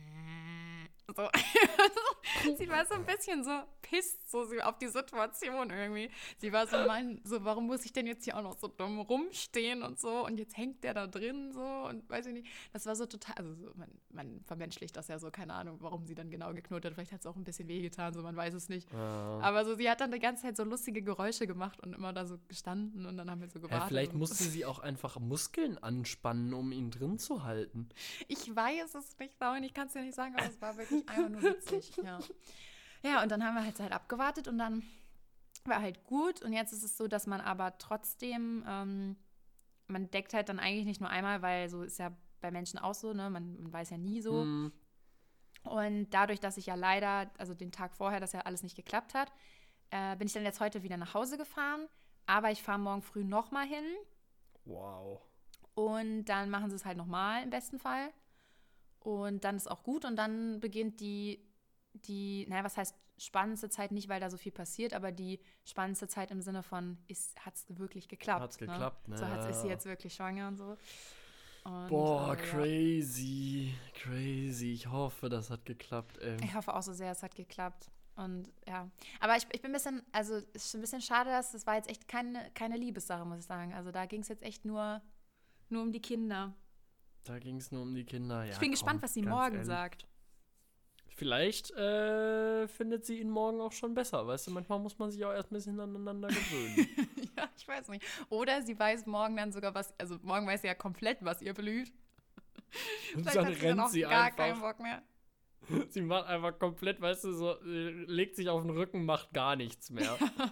So. Sie war so ein bisschen so pisst so sie auf die Situation irgendwie. Sie war so, mein, so, warum muss ich denn jetzt hier auch noch so dumm rumstehen und so und jetzt hängt der da drin so und weiß ich nicht. Das war so total, also so, man, man vermenschlicht das ja so, keine Ahnung, warum sie dann genau geknurrt hat. Vielleicht hat es auch ein bisschen wehgetan, so man weiß es nicht. Ja. Aber so, sie hat dann die ganze Zeit so lustige Geräusche gemacht und immer da so gestanden und dann haben wir so gewartet. Ja, vielleicht und musste sie auch einfach Muskeln anspannen, um ihn drin zu halten. Ich weiß es nicht, Lauren, ich kann es dir nicht sagen, aber es war wirklich einfach nur witzig, ja. Ja, und dann haben wir halt halt abgewartet und dann war halt gut. Und jetzt ist es so, dass man aber trotzdem, ähm, man deckt halt dann eigentlich nicht nur einmal, weil so ist ja bei Menschen auch so, ne, man, man weiß ja nie so. Hm. Und dadurch, dass ich ja leider, also den Tag vorher, dass ja alles nicht geklappt hat, äh, bin ich dann jetzt heute wieder nach Hause gefahren. Aber ich fahre morgen früh nochmal hin Wow. und dann machen sie es halt nochmal im besten Fall. Und dann ist auch gut und dann beginnt die, die, naja, was heißt spannendste Zeit nicht, weil da so viel passiert, aber die spannendste Zeit im Sinne von, hat es wirklich geklappt. Hat's geklappt, ne? So hat ist sie jetzt wirklich schwanger und so. Und, Boah, äh, ja. crazy. Crazy. Ich hoffe, das hat geklappt, ey. Ich hoffe auch so sehr, es hat geklappt. Und ja, aber ich, ich bin ein bisschen, also es ist ein bisschen schade, dass das war jetzt echt keine, keine Liebessache, muss ich sagen. Also da ging es jetzt echt nur, nur um die Kinder. Da ging es nur um die Kinder. Ja, ich bin komm, gespannt, was sie ganz morgen ehrlich. sagt. Vielleicht äh, findet sie ihn morgen auch schon besser. Weißt du, manchmal muss man sich auch erst ein bisschen aneinander gewöhnen. Ja, ich weiß nicht. Oder sie weiß morgen dann sogar was, also morgen weiß sie ja komplett, was ihr blüht. Und Vielleicht dann hat sie dann rennt auch sie gar keinen einfach. Bock mehr. Sie macht einfach komplett, weißt du, so, äh, legt sich auf den Rücken, macht gar nichts mehr.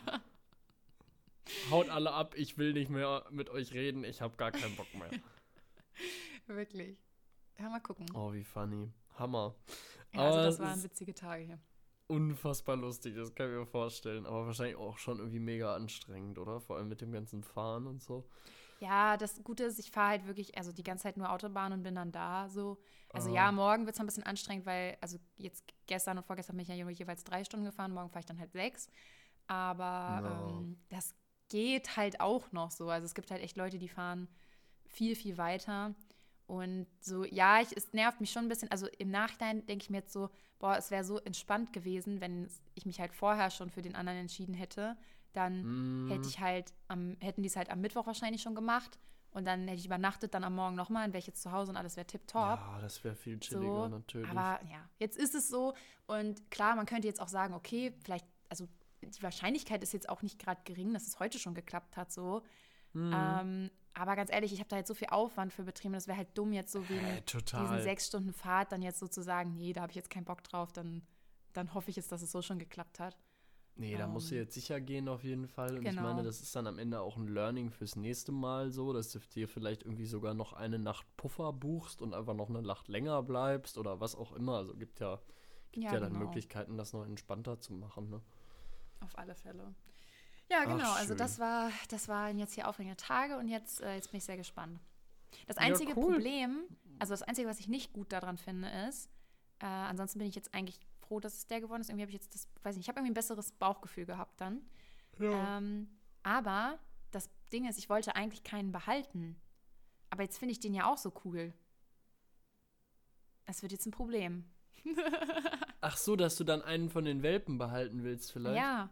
Haut alle ab, ich will nicht mehr mit euch reden, ich habe gar keinen Bock mehr. Wirklich. Ja, mal gucken. Oh, wie funny. Hammer. Ja, also Aber das es waren ist witzige Tage hier. unfassbar lustig, das kann ich mir vorstellen. Aber wahrscheinlich auch schon irgendwie mega anstrengend, oder? Vor allem mit dem ganzen Fahren und so. Ja, das Gute ist, ich fahre halt wirklich, also die ganze Zeit nur Autobahn und bin dann da so. Also Ah. ja, morgen wird es ein bisschen anstrengend, weil, also jetzt gestern und vorgestern bin ich ja jeweils drei Stunden gefahren, morgen fahre ich dann halt sechs. Aber No. ähm, das geht halt auch noch so. Also es gibt halt echt Leute, die fahren viel, viel weiter. Und so, ja, ich, es nervt mich schon ein bisschen. Also im Nachhinein denke ich mir jetzt so, boah, es wäre so entspannt gewesen, wenn ich mich halt vorher schon für den anderen entschieden hätte. Dann Mm. hätte ich halt am, hätten die es halt am Mittwoch wahrscheinlich schon gemacht. und dann hätte ich übernachtet, dann am Morgen nochmal, dann wäre ich jetzt zu Hause und alles wäre tipptopp. Ja, das wäre viel chilliger, so, natürlich. Aber ja, jetzt ist es so und klar, man könnte jetzt auch sagen, okay, vielleicht, also die Wahrscheinlichkeit ist jetzt auch nicht gerade gering, dass es heute schon geklappt hat, so. Mhm. Ähm, aber ganz ehrlich, ich habe da jetzt so viel Aufwand für betrieben, das wäre halt dumm, jetzt so wegen äh, diesen sechs Stunden Fahrt dann jetzt sozusagen, nee, da habe ich jetzt keinen Bock drauf, dann, dann hoffe ich jetzt, dass es so schon geklappt hat. Nee, da um, musst du jetzt sicher gehen auf jeden Fall. Und genau. ich meine, das ist dann am Ende auch ein Learning fürs nächste Mal so, dass du dir vielleicht irgendwie sogar noch eine Nacht Puffer buchst und einfach noch eine Nacht länger bleibst oder was auch immer. Also gibt ja, gibt ja, ja dann genau. Möglichkeiten, das noch entspannter zu machen, ne? Auf alle Fälle. Ja, genau. Ach, also das war, das waren jetzt hier aufregende Tage und jetzt, äh, jetzt bin ich sehr gespannt. Das einzige ja, cool. Problem, also das Einzige, was ich nicht gut daran finde, ist, äh, ansonsten bin ich jetzt eigentlich froh, dass es der geworden ist. Irgendwie habe ich jetzt das, weiß nicht, ich habe irgendwie ein besseres Bauchgefühl gehabt dann. Ja. Ähm, aber das Ding ist, ich wollte eigentlich keinen behalten. Aber jetzt finde ich den ja auch so cool. Das wird jetzt ein Problem. Ach so, dass du dann einen von den Welpen behalten willst vielleicht? Ja.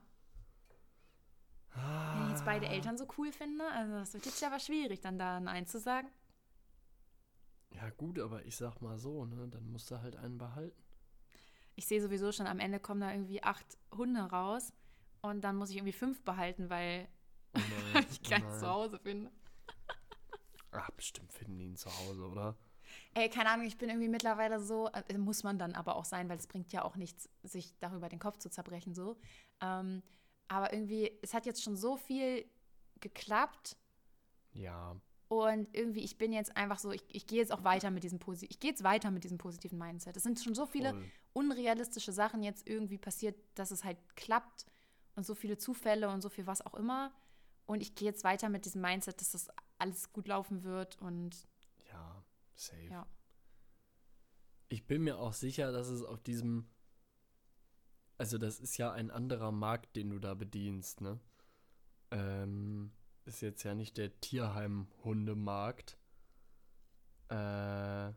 Ah. Wenn ich jetzt beide Eltern so cool finde, also das wird jetzt ja aber schwierig, dann da Nein zu sagen. Ja gut, aber ich sag mal so, ne, dann musst du halt einen behalten. Ich sehe sowieso schon, am Ende kommen da irgendwie acht Hunde raus und dann muss ich irgendwie fünf behalten, weil oh nein, ich keinen oh zu Hause finde. Ach, bestimmt finden die ihn zu Hause, oder? Ey, keine Ahnung, ich bin irgendwie mittlerweile so, äh, muss man dann aber auch sein, weil es bringt ja auch nichts, sich darüber den Kopf zu zerbrechen, so. Ähm, aber irgendwie, es hat jetzt schon so viel geklappt. Ja. Und irgendwie, ich bin jetzt einfach so, ich, ich gehe jetzt auch weiter mit diesem Posi- ich gehe jetzt weiter mit diesem positiven Mindset. Es sind schon so viele Voll. unrealistische Sachen jetzt irgendwie passiert, dass es halt klappt und so viele Zufälle und so viel was auch immer. Und ich gehe jetzt weiter mit diesem Mindset, dass das alles gut laufen wird und ja, safe. Ja. Ich bin mir auch sicher, dass es auf diesem, also das ist ja ein anderer Markt, den du da bedienst, ne? Ähm, ist jetzt ja nicht der Tierheim-Hundemarkt. Äh,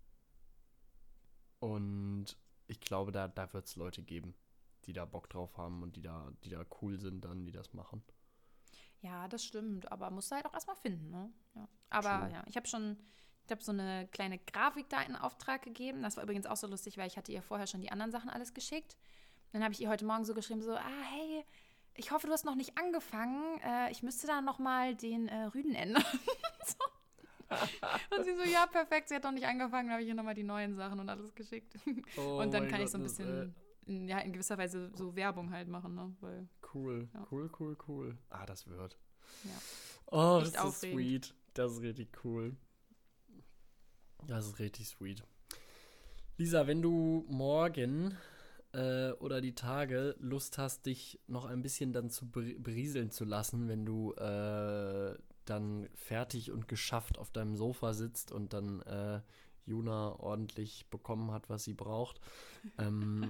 und ich glaube, da, da wird es Leute geben, die da Bock drauf haben und die da, die da cool sind dann, die das machen. Ja, das stimmt, aber musst du halt auch erstmal finden, ne? Ja. Aber True. ja, ich habe schon, ich habe so eine kleine Grafik da in Auftrag gegeben. Das war übrigens auch so lustig, weil ich hatte ihr vorher schon die anderen Sachen alles geschickt. Dann habe ich ihr heute Morgen so geschrieben, so, ah, hey, ich hoffe, du hast noch nicht angefangen. Äh, ich müsste da noch mal den äh, Rüden ändern. so. Und sie so, ja, perfekt, sie hat noch nicht angefangen. Dann habe ich ihr noch mal die neuen Sachen und alles geschickt. Oh und dann kann Gott, ich so ein bisschen, äh, ja, in gewisser Weise so Werbung halt machen, ne? Weil, cool, ja. cool, cool, cool. Ah, das wird. Ja. Oh, das ist aufregend. Sweet. Das ist richtig cool. Das ist richtig sweet. Lisa, wenn du morgen äh, oder die Tage Lust hast, dich noch ein bisschen dann zu berieseln zu lassen, wenn du äh, dann fertig und geschafft auf deinem Sofa sitzt und dann äh, Juna ordentlich bekommen hat, was sie braucht, ähm,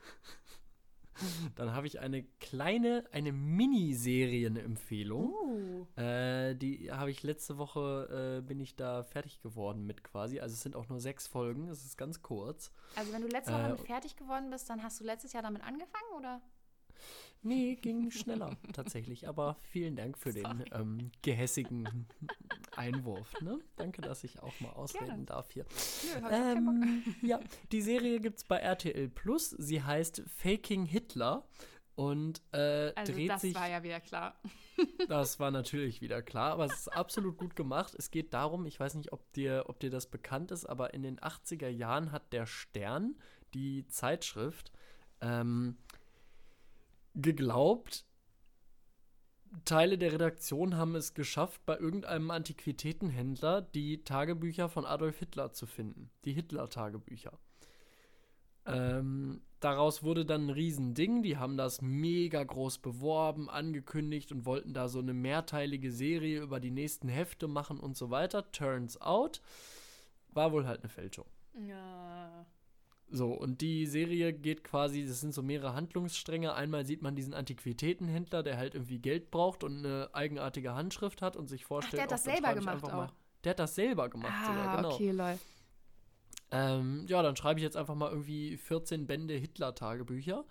dann habe ich eine kleine, eine Miniserien-Empfehlung. Uh. Äh, die habe ich letzte Woche, äh, bin ich da fertig geworden mit quasi. Also es sind auch nur sechs Folgen, es ist ganz kurz. Also wenn du letzte Woche äh, fertig geworden bist, dann hast du letztes Jahr damit angefangen, oder? Nee, ging schneller tatsächlich. Aber vielen Dank für Sorry. den ähm, gehässigen Einwurf. Ne? Danke, dass ich auch mal ausreden Gerne. darf hier. Nö, hab ich ähm, ja, die Serie gibt's bei R T L Plus. Sie heißt Faking Hitler und äh, also dreht das sich. Das war ja wieder klar. Das war natürlich wieder klar, aber es ist absolut gut gemacht. Es geht darum, ich weiß nicht, ob dir, ob dir das bekannt ist, aber in den achtziger Jahren hat der Stern, die Zeitschrift, ähm, geglaubt, Teile der Redaktion haben es geschafft, bei irgendeinem Antiquitätenhändler die Tagebücher von Adolf Hitler zu finden. Die Hitler-Tagebücher. Ähm, daraus wurde dann ein Riesending. Die haben das mega groß beworben, angekündigt und wollten da so eine mehrteilige Serie über die nächsten Hefte machen und so weiter. Turns out, war wohl halt eine Fälschung. Ja. So, und die Serie geht quasi, das sind so mehrere Handlungsstränge. Einmal sieht man diesen Antiquitätenhändler, der halt irgendwie Geld braucht und eine eigenartige Handschrift hat und sich vorstellt, Ach, der hat das auch, selber gemacht auch. Mal, der hat das selber gemacht ah, sogar, genau. okay, lol. Ähm, ja, dann schreibe ich jetzt einfach mal irgendwie vierzehn Bände Hitler-Tagebücher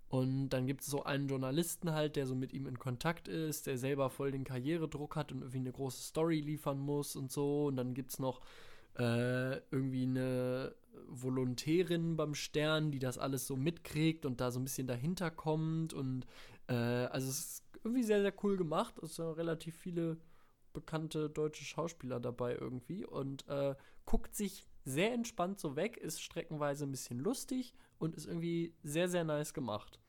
Und dann gibt es so einen Journalisten halt, der so mit ihm in Kontakt ist, der selber voll den Karrieredruck hat und irgendwie eine große Story liefern muss und so. Und dann gibt es noch äh, irgendwie eine Volontärin beim Stern, die das alles so mitkriegt und da so ein bisschen dahinter kommt. Und äh, also es ist irgendwie sehr, sehr cool gemacht. Es sind relativ viele bekannte deutsche Schauspieler dabei irgendwie. Und äh, guckt sich sehr entspannt so weg, ist streckenweise ein bisschen lustig und ist irgendwie sehr, sehr nice gemacht.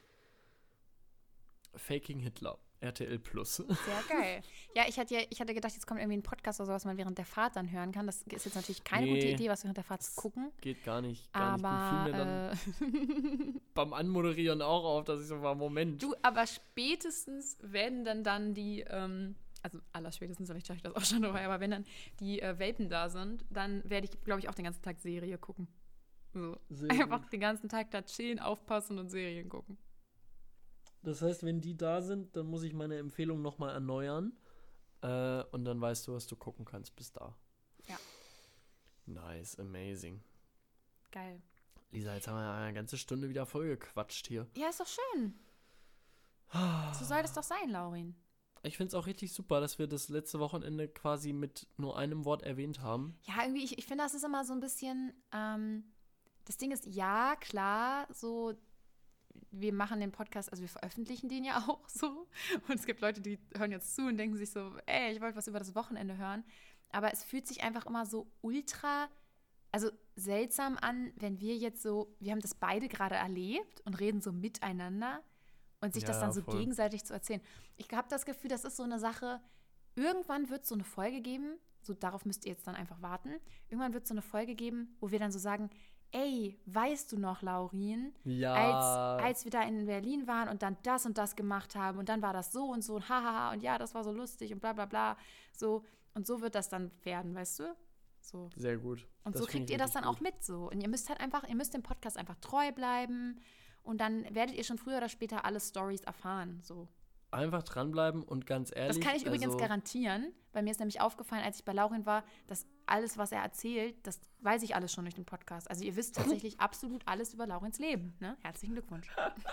Faking Hitler, R T L Plus. Sehr geil. Ja, ich hatte, ja, ich hatte gedacht, jetzt kommt irgendwie ein Podcast oder so, was man während der Fahrt dann hören kann. Das ist jetzt natürlich keine Nee, gute Idee, was während der Fahrt zu gucken. Geht gar nicht, gar Aber, nicht gut. Fiel mir dann äh, beim Anmoderieren auch auf, dass ich so war, Moment. du, aber spätestens, wenn dann dann die, ähm, also allerspätestens, vielleicht schaue ich das auch schon dabei, aber wenn dann die äh, Welpen da sind, dann werde ich, glaube ich, auch den ganzen Tag Serie gucken. So. Einfach den ganzen Tag da chillen, aufpassen und Serien gucken. Das heißt, wenn die da sind, dann muss ich meine Empfehlung nochmal erneuern. Äh, und dann weißt du, was du gucken kannst bis da. Ja. Nice, amazing. Geil. Lisa, jetzt haben wir eine ganze Stunde wieder vollgequatscht hier. Ja, ist doch schön. So soll das doch sein, Laurin. Ich finde es auch richtig super, dass wir das letzte Wochenende quasi mit nur einem Wort erwähnt haben. Ja, irgendwie, ich, ich finde, das ist immer so ein bisschen, ähm, das Ding ist, ja, klar, so, wir machen den Podcast, also wir veröffentlichen den ja auch so. Und es gibt Leute, die hören jetzt zu und denken sich so, ey, ich wollte was über das Wochenende hören. Aber es fühlt sich einfach immer so ultra, also seltsam an, wenn wir jetzt so, wir haben das beide gerade erlebt und reden so miteinander und sich Ja, das dann so voll. gegenseitig zu erzählen. Ich habe das Gefühl, das ist so eine Sache, irgendwann wird es so eine Folge geben, so darauf müsst ihr jetzt dann einfach warten, irgendwann wird es so eine Folge geben, wo wir dann so sagen, ey, weißt du noch, Laurin, Ja. als, als wir da in Berlin waren und dann das und das gemacht haben und dann war das so und so und hahaha und ja, das war so lustig und bla bla bla, so und so wird das dann werden, weißt du? So. Sehr gut. Und Das so find kriegt ich ihr das richtig dann auch gut. mit so. Und ihr müsst halt einfach, ihr müsst dem Podcast einfach treu bleiben und dann werdet ihr schon früher oder später alle Storys erfahren, so. Einfach dranbleiben und ganz ehrlich. Das kann ich übrigens also, garantieren, weil mir ist nämlich aufgefallen, als ich bei Laurin war, dass alles, was er erzählt, das weiß ich alles schon durch den Podcast. Also ihr wisst tatsächlich absolut alles über Laurins Leben. Ne? Herzlichen Glückwunsch.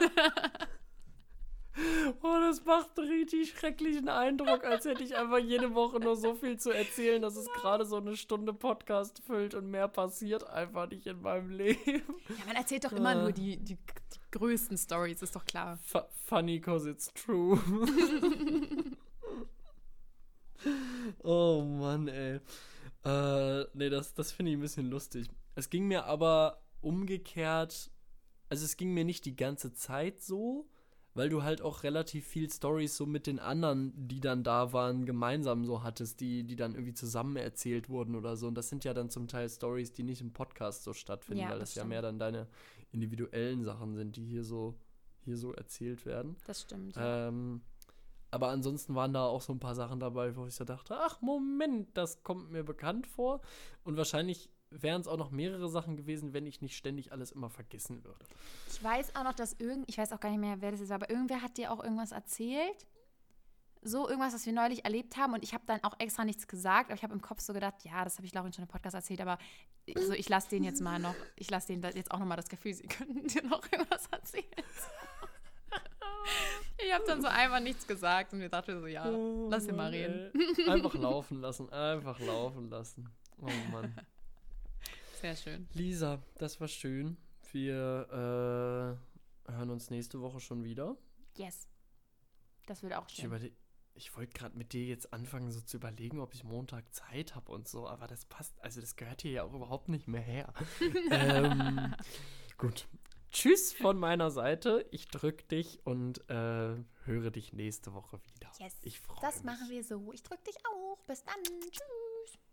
Oh, das macht einen richtig schrecklichen Eindruck, als hätte ich einfach jede Woche nur so viel zu erzählen, dass es gerade so eine Stunde Podcast füllt und mehr passiert einfach nicht in meinem Leben. Ja, man erzählt doch immer nur die, die, die größten Storys, ist doch klar. F- funny, cause it's true. Oh Mann, ey. Äh, nee, das, das finde ich ein bisschen lustig. Es ging mir aber umgekehrt, also es ging mir nicht die ganze Zeit so, weil du halt auch relativ viel Storys so mit den anderen, die dann da waren, gemeinsam so hattest, die, die dann irgendwie zusammen erzählt wurden oder so. Und das sind ja dann zum Teil Storys, die nicht im Podcast so stattfinden, Ja, weil das das ja stimmt. mehr dann deine individuellen Sachen sind, die hier so, hier so erzählt werden. Das stimmt. Ja. Ähm, aber ansonsten waren da auch so ein paar Sachen dabei, wo ich so dachte, ach Moment, das kommt mir bekannt vor. Und wahrscheinlich wären es auch noch mehrere Sachen gewesen, wenn ich nicht ständig alles immer vergessen würde. Ich weiß auch noch, dass irgend, ich weiß auch gar nicht mehr, wer das ist, aber irgendwer hat dir auch irgendwas erzählt. So irgendwas, was wir neulich erlebt haben. Und ich habe dann auch extra nichts gesagt. Aber ich habe im Kopf so gedacht, ja, das habe ich Laurin schon im Podcast erzählt. Aber so, ich lasse denen jetzt mal noch, ich lasse denen das jetzt auch noch mal das Gefühl, sie könnten dir noch irgendwas erzählen. Ich habe dann so einfach nichts gesagt und wir dachten so, ja, Oh lass ihn mal Mann, reden. ey. Einfach laufen lassen, einfach laufen lassen. Oh Mann. Sehr schön. Lisa, das war schön. Wir äh, hören uns nächste Woche schon wieder. Yes. Das wird auch Ich, schön. überle- ich wollte gerade mit dir jetzt anfangen, so zu überlegen, ob ich Montag Zeit habe und so, aber das passt, also das gehört hier ja auch überhaupt nicht mehr her. ähm, gut. Tschüss von meiner Seite. Ich drück dich und äh, höre dich nächste Woche wieder. Yes. Ich freue mich. Das machen wir so. Ich drück dich auch. Bis dann. Tschüss.